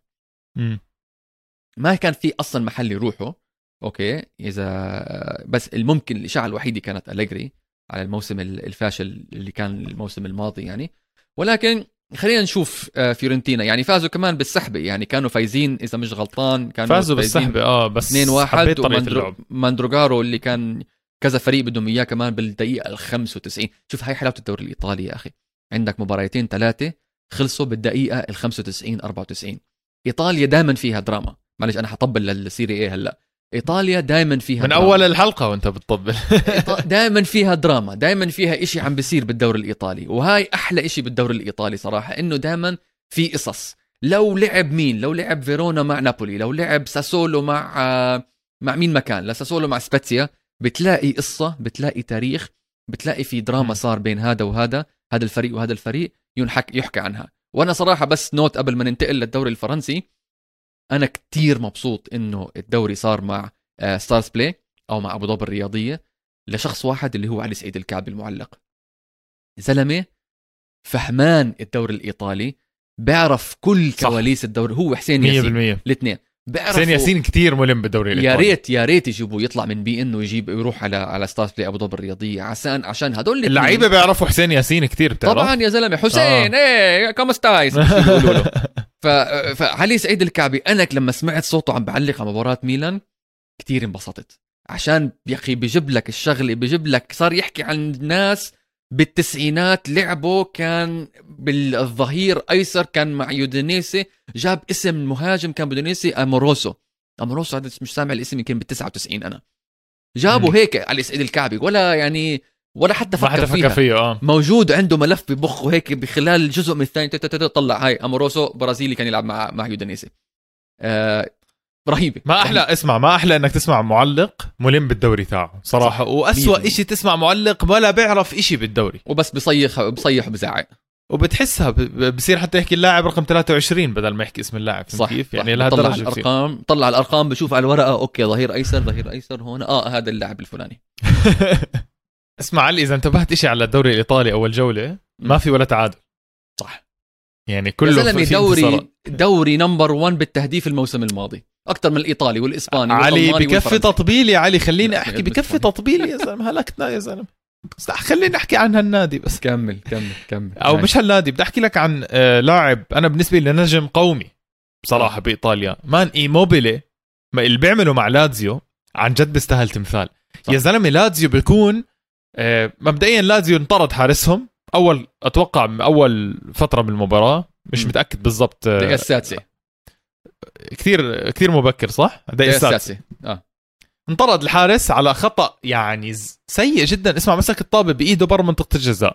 ما كان في أصلا محل يروحوا، أوكي إذا بس الممكن الإشاعة الوحيدة كانت أليجري على الموسم الفاشل اللي كان الموسم الماضي يعني. ولكن خلينا نشوف فيورنتينا يعني فازوا كمان بالسحبة، يعني كانوا فايزين إذا مش غلطان، كانوا فازوا بالسحبة بس 2-1. وماندروغارو اللي كان كذا فريق بدهم إياه كمان بالدقيقة 95. شوف هاي حلاوة الدوري الإيطالي يا أخي، عندك مباريتين 3 خلصوا بالدقيقة 95-94. إيطاليا دائما فيها دراما. معلش أنا حطبل للسيري إيه هلأ. إيطاليا دائما فيها من دراما. أول الحلقة وأنت بتطبل. دائما فيها دراما، دائما فيها إشي عم بيصير بالدوري الإيطالي، وهاي أحلى إشي بالدوري الإيطالي صراحة، إنه دائما في قصص. لو لعب مين، لو لعب فيرونا مع نابولي، لو لعب ساسولو مع مين مكان، لساسولو مع سباتسيا، بتلاقي قصة، بتلاقي تاريخ، بتلاقي في دراما صار بين هذا وهذا، هذا الفريق وهذا الفريق يحكى عنها. وأنا صراحة بس نوت قبل ما ننتقل للدوري الفرنسي، أنا كتير مبسوط إنه الدوري صار مع ستارز بلاي أو مع أبو ظبي الرياضية لشخص واحد اللي هو علي سعيد الكعبي المعلق. زلمة فهمان الدوري الإيطالي، بيعرف كل كواليس الدوري. هو حسين ياسين الاثنين حسين ياسين كتير ملم بالدوري الإيطالي. يا ريت يجيبوه يطلع من بي إنه يروح على ستارز بلاي أبو ظبي الرياضية، عشان هدول اللعيبة بيعرفوا حسين ياسين كتير، بتعرف طبعا يا زلمة. حسين ايه كومستايز فعلي سعيد الكعبي، أنا لما سمعت صوته عم بعلق على مباراة ميلان كتير انبسطت، عشان يا أخي بيجيب لك الشغلة، بيجيب لك صار يحكي عن ناس بالتسعينات لعبه، كان بالظهير أيسر كان مع يودينيسي، جاب اسم مهاجم كان بودينيسي أموروسو هذا مش سامع الاسم يمكن بال99 أنا جابوا هيك علي سعيد الكعبي، ولا حتى فكر فيها. موجود عنده ملف ببخه هيك بخلال جزء من الثاني طلع هاي أموروسو برازيلي كان يلعب مع يودينيسي. رهيبة. ما أحلى إنك تسمع معلق ملم بالدوري تاعه صراحة، وأسوأ إشي تسمع معلق ولا بيعرف إشي بالدوري، وبس بصيح وبزعق، وبتحسها بصير حتى يحكي اللاعب رقم 23 بدل ما يحكي اسم اللاعب. صح كيف يعني لهالدرجة طلع الأرقام بشوف على الورقة، أوكي ظهير أيسر هون هذا اللاعب الفلاني. اسمع علي، إذا انتبهت إشي على الدوري الإيطالي أول جولة ما في ولا تعادل. صح يعني كله دوري نمبر 1 بالتهديف الموسم الماضي، أكتر من الإيطالي والإسباني علي. بكفي تطبيل يا علي، خليني أحكي بكفي تطبيل يا زلمة، هلكتنا يا زلمة. خليني أحكي عن هالنادي بس. كمل أو مش هالنادي، بدي أحكي لك عن لاعب أنا بالنسبة لي نجم قومي بصراحة بإيطاليا، مان إيموبيلي. اللي بيعمله مع لازيو عن جد بيستاهل تمثال. يا زلمة لازيو بيكون مبدئيا لازيو انطرد حارسهم أتوقع أول فترة من المباراة، مش متأكد بالضبط، دقيقة السادسة كثير مبكر صح؟ دقيقة السادسة انطرد الحارس على خطأ يعني سيء جدا. اسمع، مسك الطابة بإيده برا منطقة الجزاء.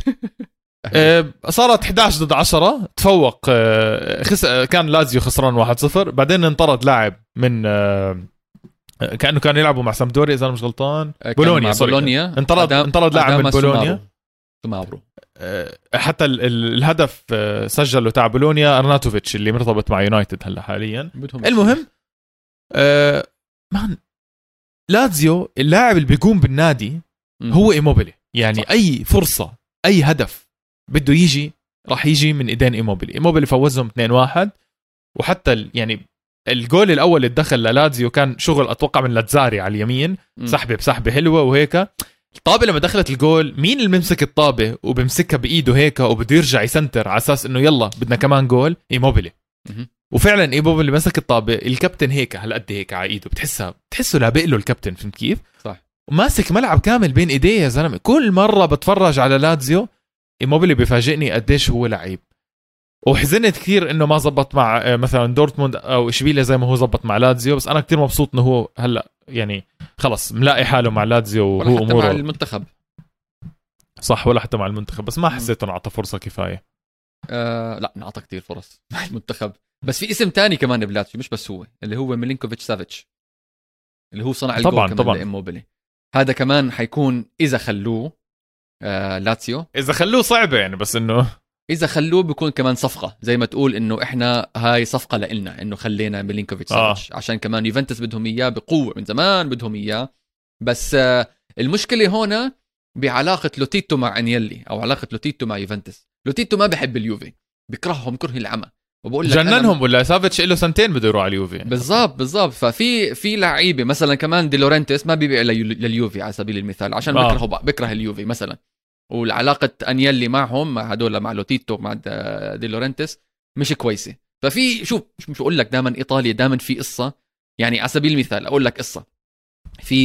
صارت 11 ضد 10، تفوق، كان لازيو خسران 1-0. بعدين انطرد لاعب من كأنه كان يلعبوا مع سامدوريا إذا مش غلطان، بولونيا. انطرد لاعب من بولونيا. حتى الهدف سجله تاع بولونيا أرناتوفيتش اللي مرتبط مع يونايتد هلا حاليا. المهم مان لازيو اللاعب اللي بيقوم بالنادي هو إيموبيلي، يعني صح. أي فرصة أي هدف بده يجي راح يجي من إيدين إيموبيلي فوزهم 2-1. وحتى يعني الجول الأول اللي دخل للازيو كان شغل أتوقع من لاتزاري على اليمين، سحبة بسحبة حلوة وهيك. الطابة لما دخلت الجول مين اللي بيمسك الطابة وبمسكها بإيده هيك وبده يرجع يسنتر على أساس إنه يلا بدنا كمان جول؟ إيموبيلي. وفعلا إيموبيلي مسك الطابة، الكابتن هيك هالقد هيك على إيده، بتحسه لابق له الكابتن، فهمت كيف؟ صح. وماسك ملعب كامل بين إيديه يا زلمة. كل مرة بتفرج على لاتزيو إيموبيلي بيفاجئني قديش هو لعيب. وحزنت كثير انه ما زبط مع مثلا دورتموند او اشبيليا زي ما هو زبط مع لاتزيو، بس انا كثير مبسوط انه هو هلا يعني خلص ملاقي حاله مع لاتزيو وهو اموره مع المنتخب. صح، ولا حتى مع المنتخب، بس ما حسيت انه اعطى فرصه كفايه. لا نعطى كتير فرص مع المنتخب. بس في اسم تاني كمان بلاتسيو مش بس هو، اللي هو ميلينكوفيتش سافيتش اللي هو صنع الجول كمان لإيموبيلي. هذا كمان حيكون اذا خلوه لاتسيو، اذا خلوه صعبه يعني، بس انه اذا خلوه بيكون كمان صفقه زي ما تقول انه احنا هاي صفقه لنا انه خلينا ميلينكوفيتش سافيتش عشان كمان يوفنتوس بدهم اياه بقوه من زمان بدهم اياه. بس المشكله هنا بعلاقه لوتيتو مع انيلي او علاقه لوتيتو مع يوفنتوس. لوتيتو ما بحب اليوفي، بكرههم كره العمى، وبقول لك جننهم ولا سافيتش له سنتين بده يروح على اليوفي. بالضبط. ففي لعيبه مثلا كمان دي لورنتس ما بيبيع لليوفي على سبيل المثال عشان بكره اليوفي مثلا. والعلاقه انيلي معهم مع هدول مع لوتيتو مع دي لورنتس مش كويسه. ففي شوف مش اقول لك دائما ايطاليا دائما في قصه. يعني على سبيل المثال اقول لك قصه في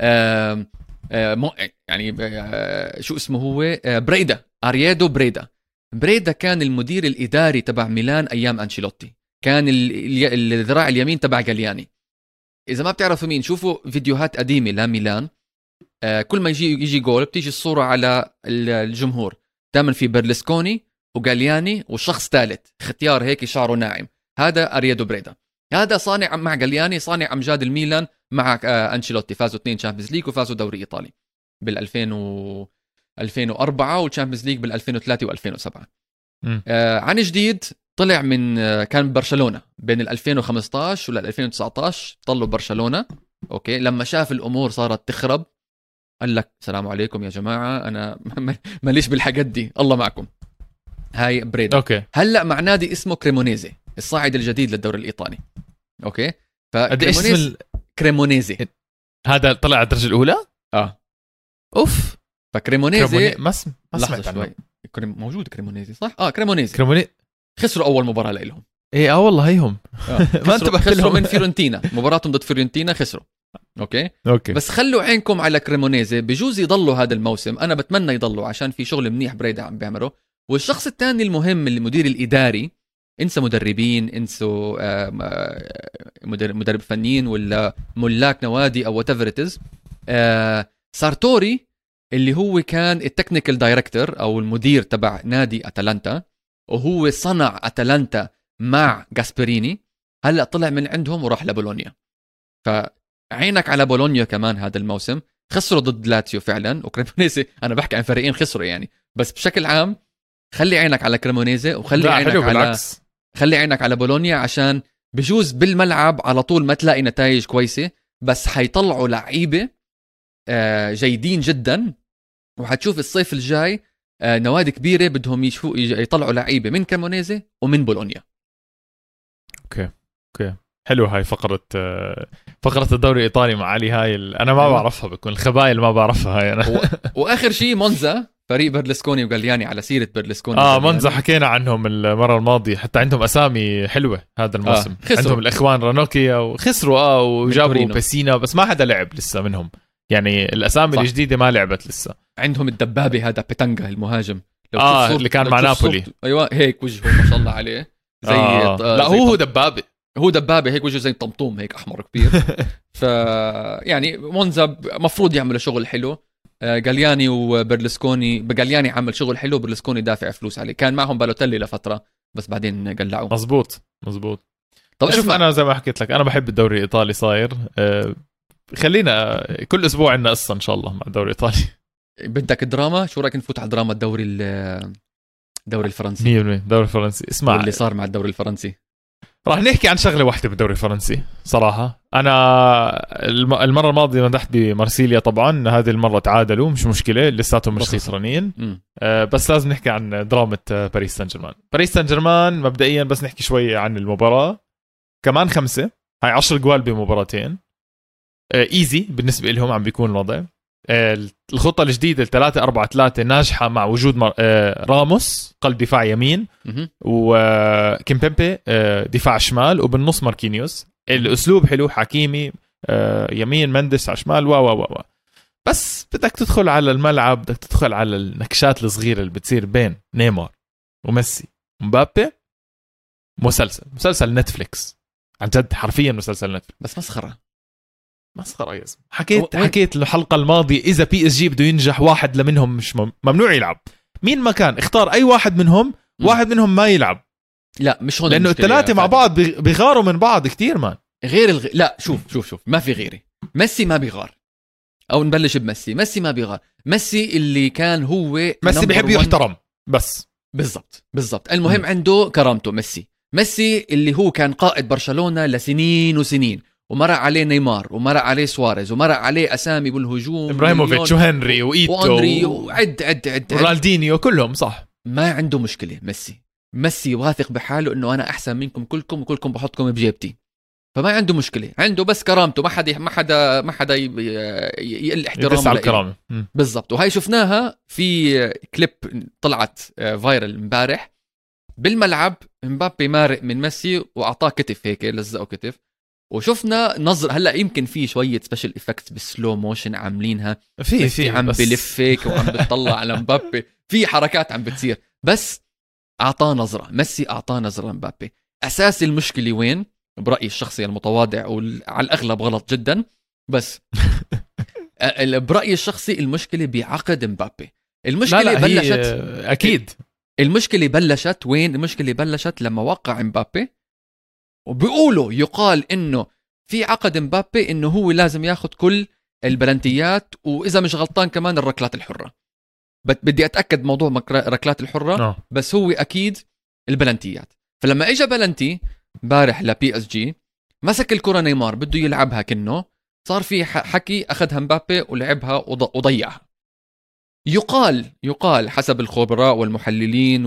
يعني شو اسمه هو بريدا اريادو بريدا كان المدير الإداري تبع ميلان أيام أنشيلوتي، كان الذراع اليمين تبع غالياني. إذا ما بتعرفوا مين شوفوا فيديوهات قديمة لميلان. كل ما يجي جول بتيجي الصورة على الجمهور دائما في برلسكوني وغالياني وشخص ثالث ختيار هيك شعره ناعم. هذا أريادو بريدا، هذا صانع مع غالياني، صانع أمجاد الميلان مع أنشيلوتي. فازوا 2 تشامبيونز ليج وفازوا دوري إيطالي بال2004 والتشامبيونز ليج بال2003 و2007. عن جديد طلع من كان برشلونة بين 2015 وال 2019 طلوا برشلونة. اوكي لما شاف الامور صارت تخرب قال لك السلام عليكم يا جماعة انا ماليش بالحاجات دي، الله معكم. هاي بريدا. اوكي هلا مع نادي اسمه كريمونيزي الصاعد الجديد للدوري الايطالي. اوكي فكريمونيزي كريمونيزي هذا طلع على الدرجة الاولى. اوف فكريمونيزي ما سمعت عنه. موجود كريمونيزي صح؟ كريمونيزي خسروا اول مباراة لهم. ايه والله هيهم ما انتبهت لهم. من فيورنتينا مباراتهم ضد فيورنتينا خسروا. اوكي بس خلوا عينكم على كريمونيزي، بجوز يضلوا هذا الموسم، انا بتمنى يضلوا عشان في شغل منيح بريدا عم بيعمله. والشخص الثاني المهم المدير الاداري، انسى مدربين، انسوا مدرب فنيين ولا ملاك نوادي او واتيفر سارتوري اللي هو كان التكنيكال دايركتور او المدير تبع نادي اتلانتا، وهو صنع اتلانتا مع غاسبريني. هلا طلع من عندهم وراح لبولونيا. فعينك على بولونيا كمان هذا الموسم. خسروا ضد لاتسيو فعلا، وكريمونيزي انا بحكي عن فريقين خسروا يعني، بس بشكل عام خلي عينك على كريمونيزي وخلي عينك على بولونيا عشان بجوز بالملعب على طول ما تلاقي نتائج كويسه، بس حيطلعوا لعيبه جيدين جدا. وحتشوف الصيف الجاي نوادي كبيره بدهم يطلعوا لعيبه من كريمونيزي ومن بولونيا. اوكي حلو. هاي فقره الدوري الايطالي مع علي. هاي انا ما بعرفها، بكون الخبايل ما بعرفها هاي انا. واخر شيء مونزا، فريق برلسكوني وغالياني. على سيره برلسكوني مونزا حكينا عنهم المره الماضيه، حتى عندهم اسامي حلوه هذا الموسم. عندهم الاخوان رانوكيا وخسروا وجابوا بيسينا، بس ما حدا لعب لسه منهم يعني. الاسامي الجديده ما لعبت لسه. عندهم الدبابه هذا بيتانجا المهاجم اللي كان مع نابولي. ايوه هيك وجهه ما شاء الله عليه زي لا هو دبابه هيك وجهه زي طمطوم هيك احمر كبير. ف يعني مونزا مفروض يعملوا شغل حلو. غالياني وبرلسكوني، غالياني عمل شغل حلو، برلسكوني دافع فلوس عليه. كان معهم بالوتيلي لفتره بس بعدين قلعوه. مزبوط. طب شوف انا زي ما حكيت لك انا بحب الدوري الايطالي صاير. خلينا كل اسبوع عندنا قصه ان شاء الله مع الدوري الايطالي. بدك الدراما؟ شو رايك نفوت على الدراما الدوري الفرنسي؟ 100% الدوري الفرنسي. اسمع اللي صار مع الدوري الفرنسي. راح نحكي عن شغله واحده بالدوري الفرنسي صراحه. انا المره الماضيه مدحت بمارسيليا، طبعا هذه المره تعادلوا، مش مشكله، لساتهم مش خسرانين. بس لازم نحكي عن دراما باريس سان جيرمان. باريس سان جيرمان مبدئيا بس نحكي شوي عن المباراه. كمان 5 هاي 10 جوال بمباراتين، ايزي بالنسبه لهم عم بيكون الوضع. الخطه الجديده 3-4-3 ناجحه مع وجود راموس قلب دفاع يمين، وكيمبيمبي دفاع شمال، وبالنص ماركينيوس. الاسلوب حلو، حكيمي يمين، مندس على شمال، و بس بدك تدخل على الملعب، بدك تدخل على النكشات الصغيره اللي بتصير بين نيمار وميسي ومبابي. مسلسل نتفليكس، عن جد حرفيا مسلسل نتفليكس. بس مسخرة يا زلمة. حكيت الحلقة الماضية إذا بي اس جي بده ينجح واحد لمنهم مش ممنوع يلعب. مين ما كان اختار أي واحد منهم، واحد منهم ما يلعب. لا مش هون، لأنه الثلاثة مع بعض بيغاروا من بعض كتير مان. لا شوف ما في غيري. ميسي ما بيغار، أو نبلش بميسي. ميسي ما بيغار. ميسي اللي كان هو ميسي بيحب يحترم بس. بالضبط. المهم عنده كرامته. ميسي اللي هو كان قائد برشلونة لسنين وسنين، ومرق عليه نيمار، ومرق عليه سواريز، ومرق عليه أسامي بالهجوم، إبراهيموفيتش وهنري وإيتو وعد ورالدينيو، كلهم صح. ما عنده مشكلة. ميسي واثق بحاله إنه أنا أحسن منكم كلكم، وكلكم بحطكم بجيبتي، فما عنده مشكلة. عنده بس كرامته. ما حدا يقل احترامه الكرامة. بالضبط. وهي شفناها في كليب طلعت فايرل امبارح بالملعب. مبابي مارق من ميسي وأعطاه كتف، هيك لزقه كتف، وشفنا نظر. هلا يمكن في شويه سبيشال افكتس بالسلو موشن عاملينها، في عم بلف هيك وعم بتطلع على مبابي، في حركات عم بتصير، بس اعطاه نظره. ميسي اعطاه نظره مبابي. اساس المشكله وين؟ برايي الشخصي المتواضع وعلى الاغلب غلط جدا، بس برايي الشخصي المشكله بعقد مبابي. المشكله بلشت اكيد. المشكله بلشت وين؟ المشكله بلشت لما وقع مبابي، وبيقولوا يقال انه في عقد مبابي انه هو لازم ياخذ كل البلنتيات، واذا مش غلطان كمان الركلات الحره. بدي اتاكد موضوع ركلات الحره بس هو اكيد البلنتيات. فلما اجى بلنتي امبارح لبي اس جي، مسك الكره نيمار بده يلعبها، كنه صار في حكي، اخذها مبابي ولعبها وضيعها. يقال حسب الخبراء والمحللين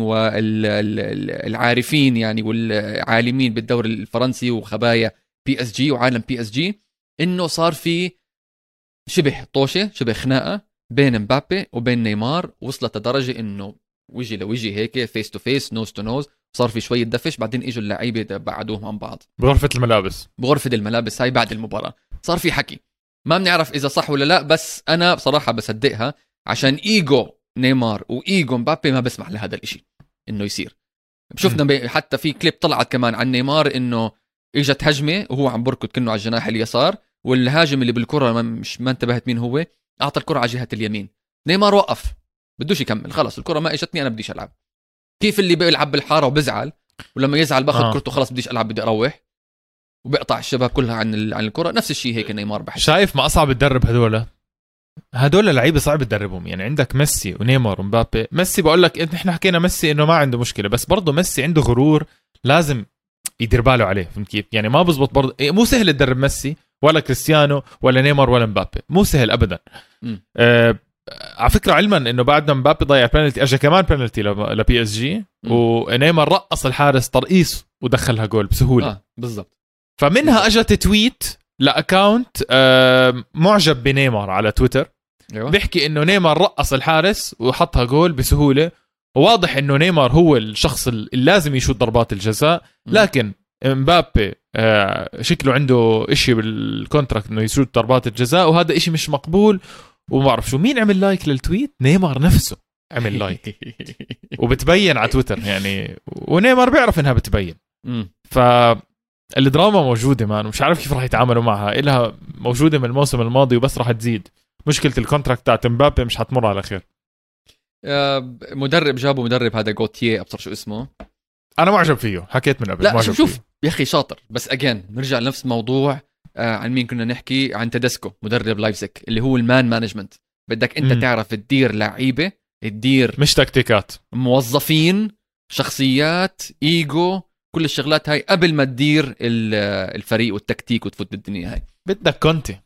والعارفين يعني والعالمين بالدوري الفرنسي وخبايا بي اس جي وعالم بي اس جي، انه صار في شبه طوشه، شبه خناقه بين مبابي وبين نيمار، وصلت لدرجه انه وجه لوجه هيك، فيس تو فيس، نوز تو نوز، صار في شويه دفش. بعدين اجوا اللعيبه بعدوهم عن بعض بغرفه الملابس. هاي بعد المباراه صار في حكي، ما بنعرف اذا صح ولا لا، بس انا بصراحه بصدقها عشان ايجو نيمار وايجو مبابي ما بسمح لهذا الاشي انه يصير. شفنا حتى في كليب طلعت كمان عن نيمار انه اجت هجمه وهو عم بركض كنه على الجناح اليسار، والهاجم اللي بالكره ما انتبهت مين هو، اعطى الكره على جهه اليمين. نيمار وقف، بدوش يكمل، خلص الكره ما اجتني، انا بديش العب. كيف اللي بيلعب بالحاره وبزعل، ولما يزعل باخذ كرته، خلص بديش العب، بدي اروح، وبيقطع الشباب كلها عن الكره. نفس الشيء هيك نيمار بحس. شايف ما اصعب تدرب هدول اللعيبه صعب تدربهم. يعني عندك ميسي ونيمار ومبابي. ميسي بقول لك احنا حكينا ميسي انه ما عنده مشكله، بس برضه ميسي عنده غرور لازم يدير باله عليه. فهمت كيف؟ يعني ما بزبط برضه. مو سهل تدرب ميسي ولا كريستيانو ولا نيمار ولا مبابي، مو سهل ابدا. على فكره علما انه بعد ما مبابي ضيع بينالتي، اجى كمان بينالتي لبي اس جي، ونيمار رقص الحارس ترقيص ودخلها جول بسهوله. بالضبط. فمنها اجت تويت لاكاونت معجب بنيمار على تويتر، بيحكي انه نيمار رقص الحارس وحطها جول بسهوله، وواضح انه نيمار هو الشخص اللي لازم يشوت ضربات الجزاء. لكن مبابي شكله عنده اشي بالكونتراكت انه يشوت ضربات الجزاء، وهذا اشي مش مقبول. وما بعرف شو مين عمل لايك للتويت، نيمار نفسه عمل لايك وبتبين على تويتر يعني، ونيمار بيعرف انها بتبين. فالدراما موجوده مان، مش عارف كيف راح يتعاملوا معها. إلها موجوده من الموسم الماضي وبس راح تزيد. مشكله الكونتراكت تاعت مبابي مش حتمر على خير. مدرب جابوا مدرب هذا جوتيه، ابصر شو اسمه، انا معجب فيه، حكيت من قبل. لا شوف يا اخي شاطر، بس اجين نرجع لنفس الموضوع. عن مين كنا نحكي؟ عن تدسكو مدرب لايبزيك اللي هو المان مانجمنت. بدك انت تعرف تدير لعيبه، تدير مش تكتيكات، موظفين، شخصيات، ايجو، كل الشغلات هاي قبل ما تدير الفريق والتكتيك وتفوت بالدنيا هاي. بدك كونتي،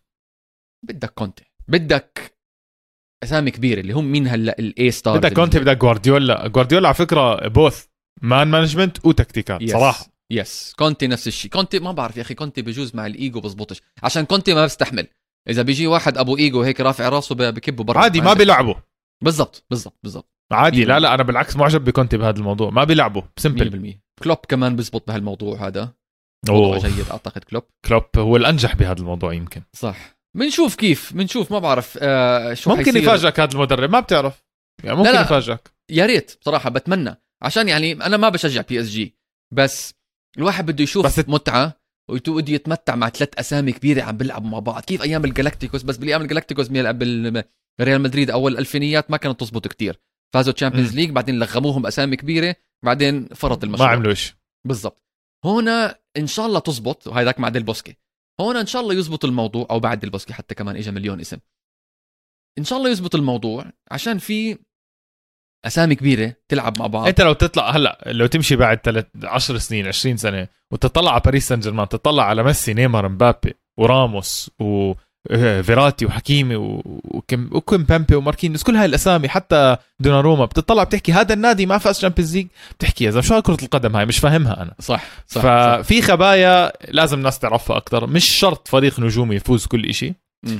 بدك اسامي كبيره اللي هم مين هلا الاي ستار، بدك كونتي، بدك جوارديولا على فكره بوث مان مانجمنت وتكتيكات صراحه. يس كونتي نفس الشيء. كونتي ما بعرف يا اخي، كونتي بجوز مع الايجو بزبطش، عشان كونتي ما بستحمل اذا بيجي واحد ابو ايجو هيك رافع راسه بكبه برا عادي ما بيلعبوا. بالضبط عادي. لا انا بالعكس معجب بكونتي بهذا الموضوع، ما بيلعبوا سمبل. 100%. كلوب كمان بزبط بهالموضوع هذا، موضوع جيد اعتقد. كلوب هو الانجح بهذا الموضوع يمكن. صح. بنشوف ما بعرف شو ممكن يفاجئك هذا المدرب، ما بتعرف يعني، ممكن لا. يفاجئك. يا ريت بصراحه، بتمنى، عشان يعني انا ما بشجع بي اس جي، بس الواحد بده يشوف متعه وبده يتمتع مع 3 اسامي كبيره عم بيلعبوا مع بعض، كيف ايام الجالاكتيكوس. بس بالايام الجالاكتيكوس بالريال مدريد اول الالفينيات ما كانت تزبط كتير، فازوا تشامبيونز ليج بعدين لغموهم اسامي كبيره بعدين فرط المشروع، ما عملوا شيء بالضبط. هنا ان شاء الله تزبط، وهيداك مع ديل بوسكي. هنا ان شاء الله يزبط الموضوع، او بعد ديل بوسكي حتى كمان اجى مليون اسم. ان شاء الله يزبط الموضوع عشان في اسامي كبيره تلعب مع بعض. انت لو تطلع هلا، لو تمشي بعد 10 سنين 20 سنه وتطلع على باريس سان جيرمان، تطلع على ميسي نيمار مبابي وراموس وفيراتي وحكيمي وكيم بامبي وماركينيوس، كل هاي الاسامي، حتى دوناروما، بتطلع بتحكي هذا النادي ما فاز تشامبيونز ليج، بتحكي يا زلمه شو كره القدم هاي، مش فاهمها انا. صح. ففي خبايا لازم الناس تعرفها اكثر، مش شرط فريق نجومي يفوز كل شيء.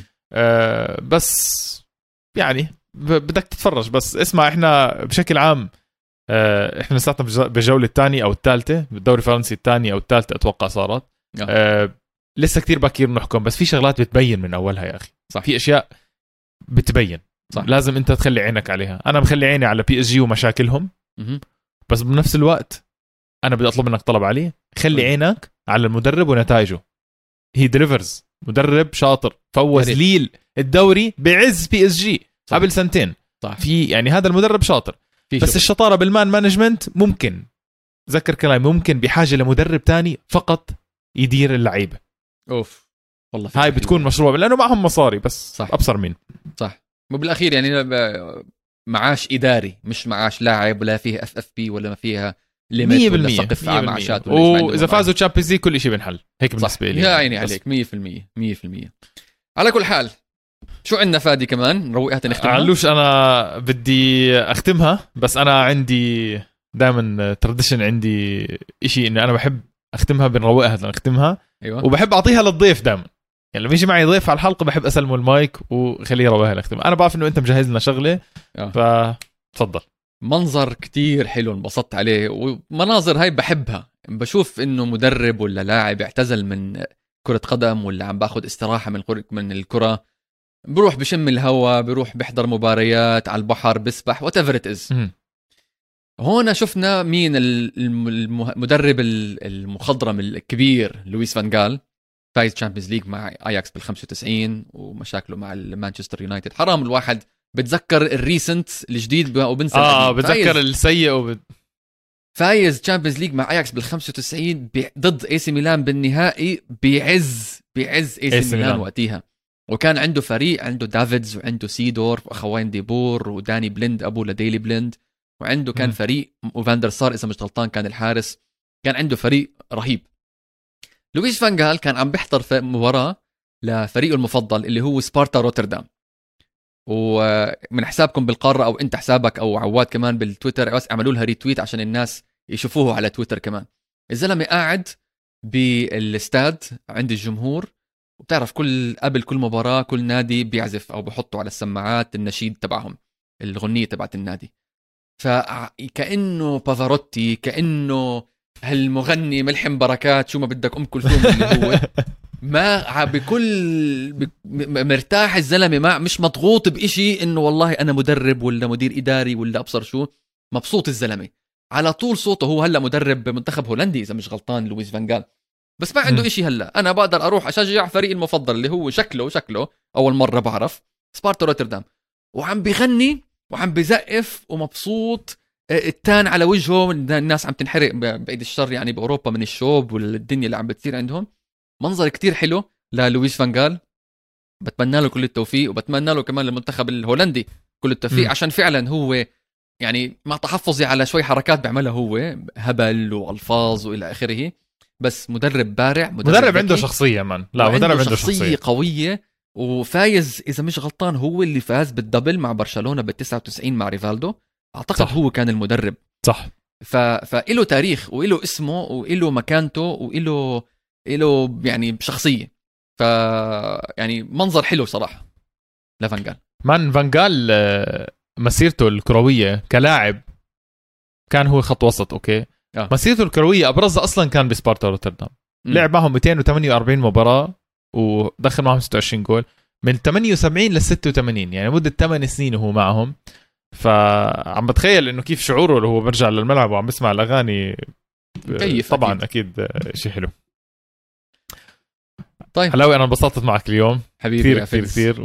بس يعني بدك تتفرج. بس اسمع، احنا بشكل عام احنا لساتنا بجولة الثانية او الثالثة بالدوري الفرنسي، الثانية او الثالثة اتوقع صارت. لسه كتير باكير نحكم، بس في شغلات بتبين من اولها يا اخي. صح. في اشياء بتبين. صح. لازم انت تخلي عينك عليها. انا مخلي عيني على بي اس جي ومشاكلهم، بس بنفس الوقت انا بدي اطلب منك طلب عليه، خلي عينك على المدرب ونتائجه. هي ديليفرز، مدرب شاطر، فوز ليل الدوري بعز بي اس جي قبل سنتين. صح. في يعني هذا المدرب شاطر، بس الشطارة بالمان مانجمنت ممكن، ذكر كلامي، ممكن بحاجة لمدرب تاني فقط يدير اللعيبة. اوف والله هاي بتكون مشروع، لأنه معهم مصاري بس. صح. أبصر مين. صح. وبالأخير يعني معاش إداري، مش معاش لاعب، ولا فيه اف بي ولا ما فيها ليميت ولا سقف على معاشات. وإذا فازوا تشامبيونز ليج كل شيء بنحل. هيك بالنسبة لي. يا عيني عليك. 100%. على كل حال، شو عندنا فادي كمان نروقها نختمها؟ علوش انا بدي اختمها، بس انا عندي دائما ترديشن، عندي اشي انه انا بحب اختمها بنروقها نختمها. أيوة. وبحب اعطيها للضيف دائما، يعني لما يجي معي ضيف على الحلقه بحب اسلمه المايك وخليه يروقها نختمها. انا بعرف انه انت مجهز لنا شغله، فتفضل. منظر كتير حلو انبسطت عليه، ومناظر هاي بحبها. بشوف انه مدرب ولا لاعب اعتزل من كرة قدم ولا عم باخد استراحة من الكرة، بروح بشم الهواء، بروح بحضر مباريات على البحر، بسبح whatever it is. هون شفنا مين المدرب المخضرم الكبير، لويس فان جال، فايز تشامبيونز ليج مع اياكس بال95 ومشاكله مع مانشستر يونايتد. حرام الواحد بتذكر الريسنت الجديد وبنسى بتذكر السيء فايز تشامبيونز ليج مع اياكس بال95 ضد اي سي ميلان بالنهائي، بعز اي سي ميلان وقتها. وكان عنده فريق، عنده دافيدز وعنده سيدور واخوين ديبور وداني بليند ابو لديلي بليند، وعنده كان فريق، وفاندر سار اذا مش غلطان كان الحارس. كان عنده فريق رهيب. لويس فان جال كان عم بيحضر في مباراة لفريقه المفضل اللي هو سبارتا روتردام، ومن حسابكم بالقارة او انت حسابك او عواد كمان بالتويتر، بس اعملوا لها ريتويت عشان الناس يشوفوه على تويتر كمان. الزلمة قاعد بالاستاد عند الجمهور، وبتعرف قبل كل مباراة كل نادي بيعزف أو بحطوا على السماعات النشيد تبعهم، الغنية تبعت النادي. فكأنه بافاروتي، كأنه هالمغني ملحم بركات، شو ما بدك، كلثوم اللي هو ما بكل مرتاح الزلمة، ما مش مضغوط بإشي إنه والله أنا مدرب ولا مدير إداري ولا أبصر شو. مبسوط الزلمة على طول صوته. هو هلأ مدرب منتخب هولندي إذا مش غلطان، لويس فان جال، بس ما عنده إشي. هلا انا بقدر اروح اشجع فريقي المفضل اللي هو شكله اول مره بعرف سبارتا روتردام، وعم بيغني وعم بيزقف ومبسوط، التان على وجهه. الناس عم تنحرق بعيد الشر يعني باوروبا من الشوب والدنيا اللي عم بتصير عندهم. منظر كتير حلو للويس فان جال. بتمنى له كل التوفيق، وبتمنى له كمان للمنتخب الهولندي كل التوفيق، عشان فعلا هو يعني مع تحفظي على شوي حركات بيعملها هو، هبل والفاظ والى اخره، بس مدرب بارع، مدرب عنده شخصيه من لا مدرب عنده شخصيه قويه، وفايز اذا مش غلطان هو اللي فاز بالدبل مع برشلونه بال99 مع ريفالدو اعتقد صح. هو كان المدرب صح. فإله تاريخ وإله اسمه وإله مكانته وإله يعني شخصيه، ف يعني منظر حلو صراحه لفانجال. فانجال مسيرته الكرويه كلاعب كان هو خط وسط اوكي. مسيرته الكرويه ابرزها اصلا كان بسبارتا روتردام. لعب معهم 248 مباراه ودخل معهم 26 جول من 78 ل 86، يعني مده 8 سنين وهو معهم. فعم بتخيل انه كيف شعوره اللي هو برجع للملعب وعم بسمع الاغاني طبعا اكيد شيء يعني طيب حلاوي، انا انبسطت معك اليوم حبيبي كثير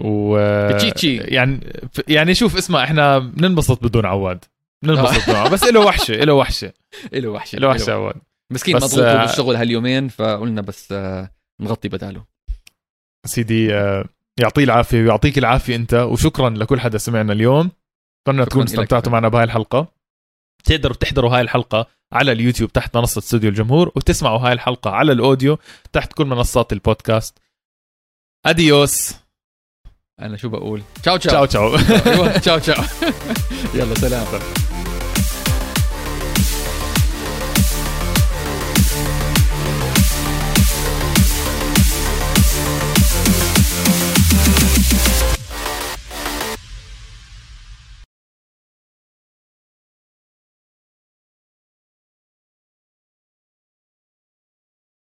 يعني شوف اسمع، احنا بننبسط بدون عواد، بننبسط بدون عواد، بس له وحشه عواد مسكين مضغوط بالشغل هاليومين، فقلنا بس نغطي بداله. سيدي يعطيه العافيه ويعطيك العافيه انت، وشكرا لكل حدا سمعنا اليوم. اتمنى تكونوا استمتعتوا معنا بهاي الحلقه. تقدروا تحضروا هاي الحلقه على اليوتيوب تحت منصه استوديو الجمهور، وتسمعوا هاي الحلقه على الاوديو تحت كل منصات البودكاست. اديوس. انا شو بقول؟ تشاو تشاو يلا سلام.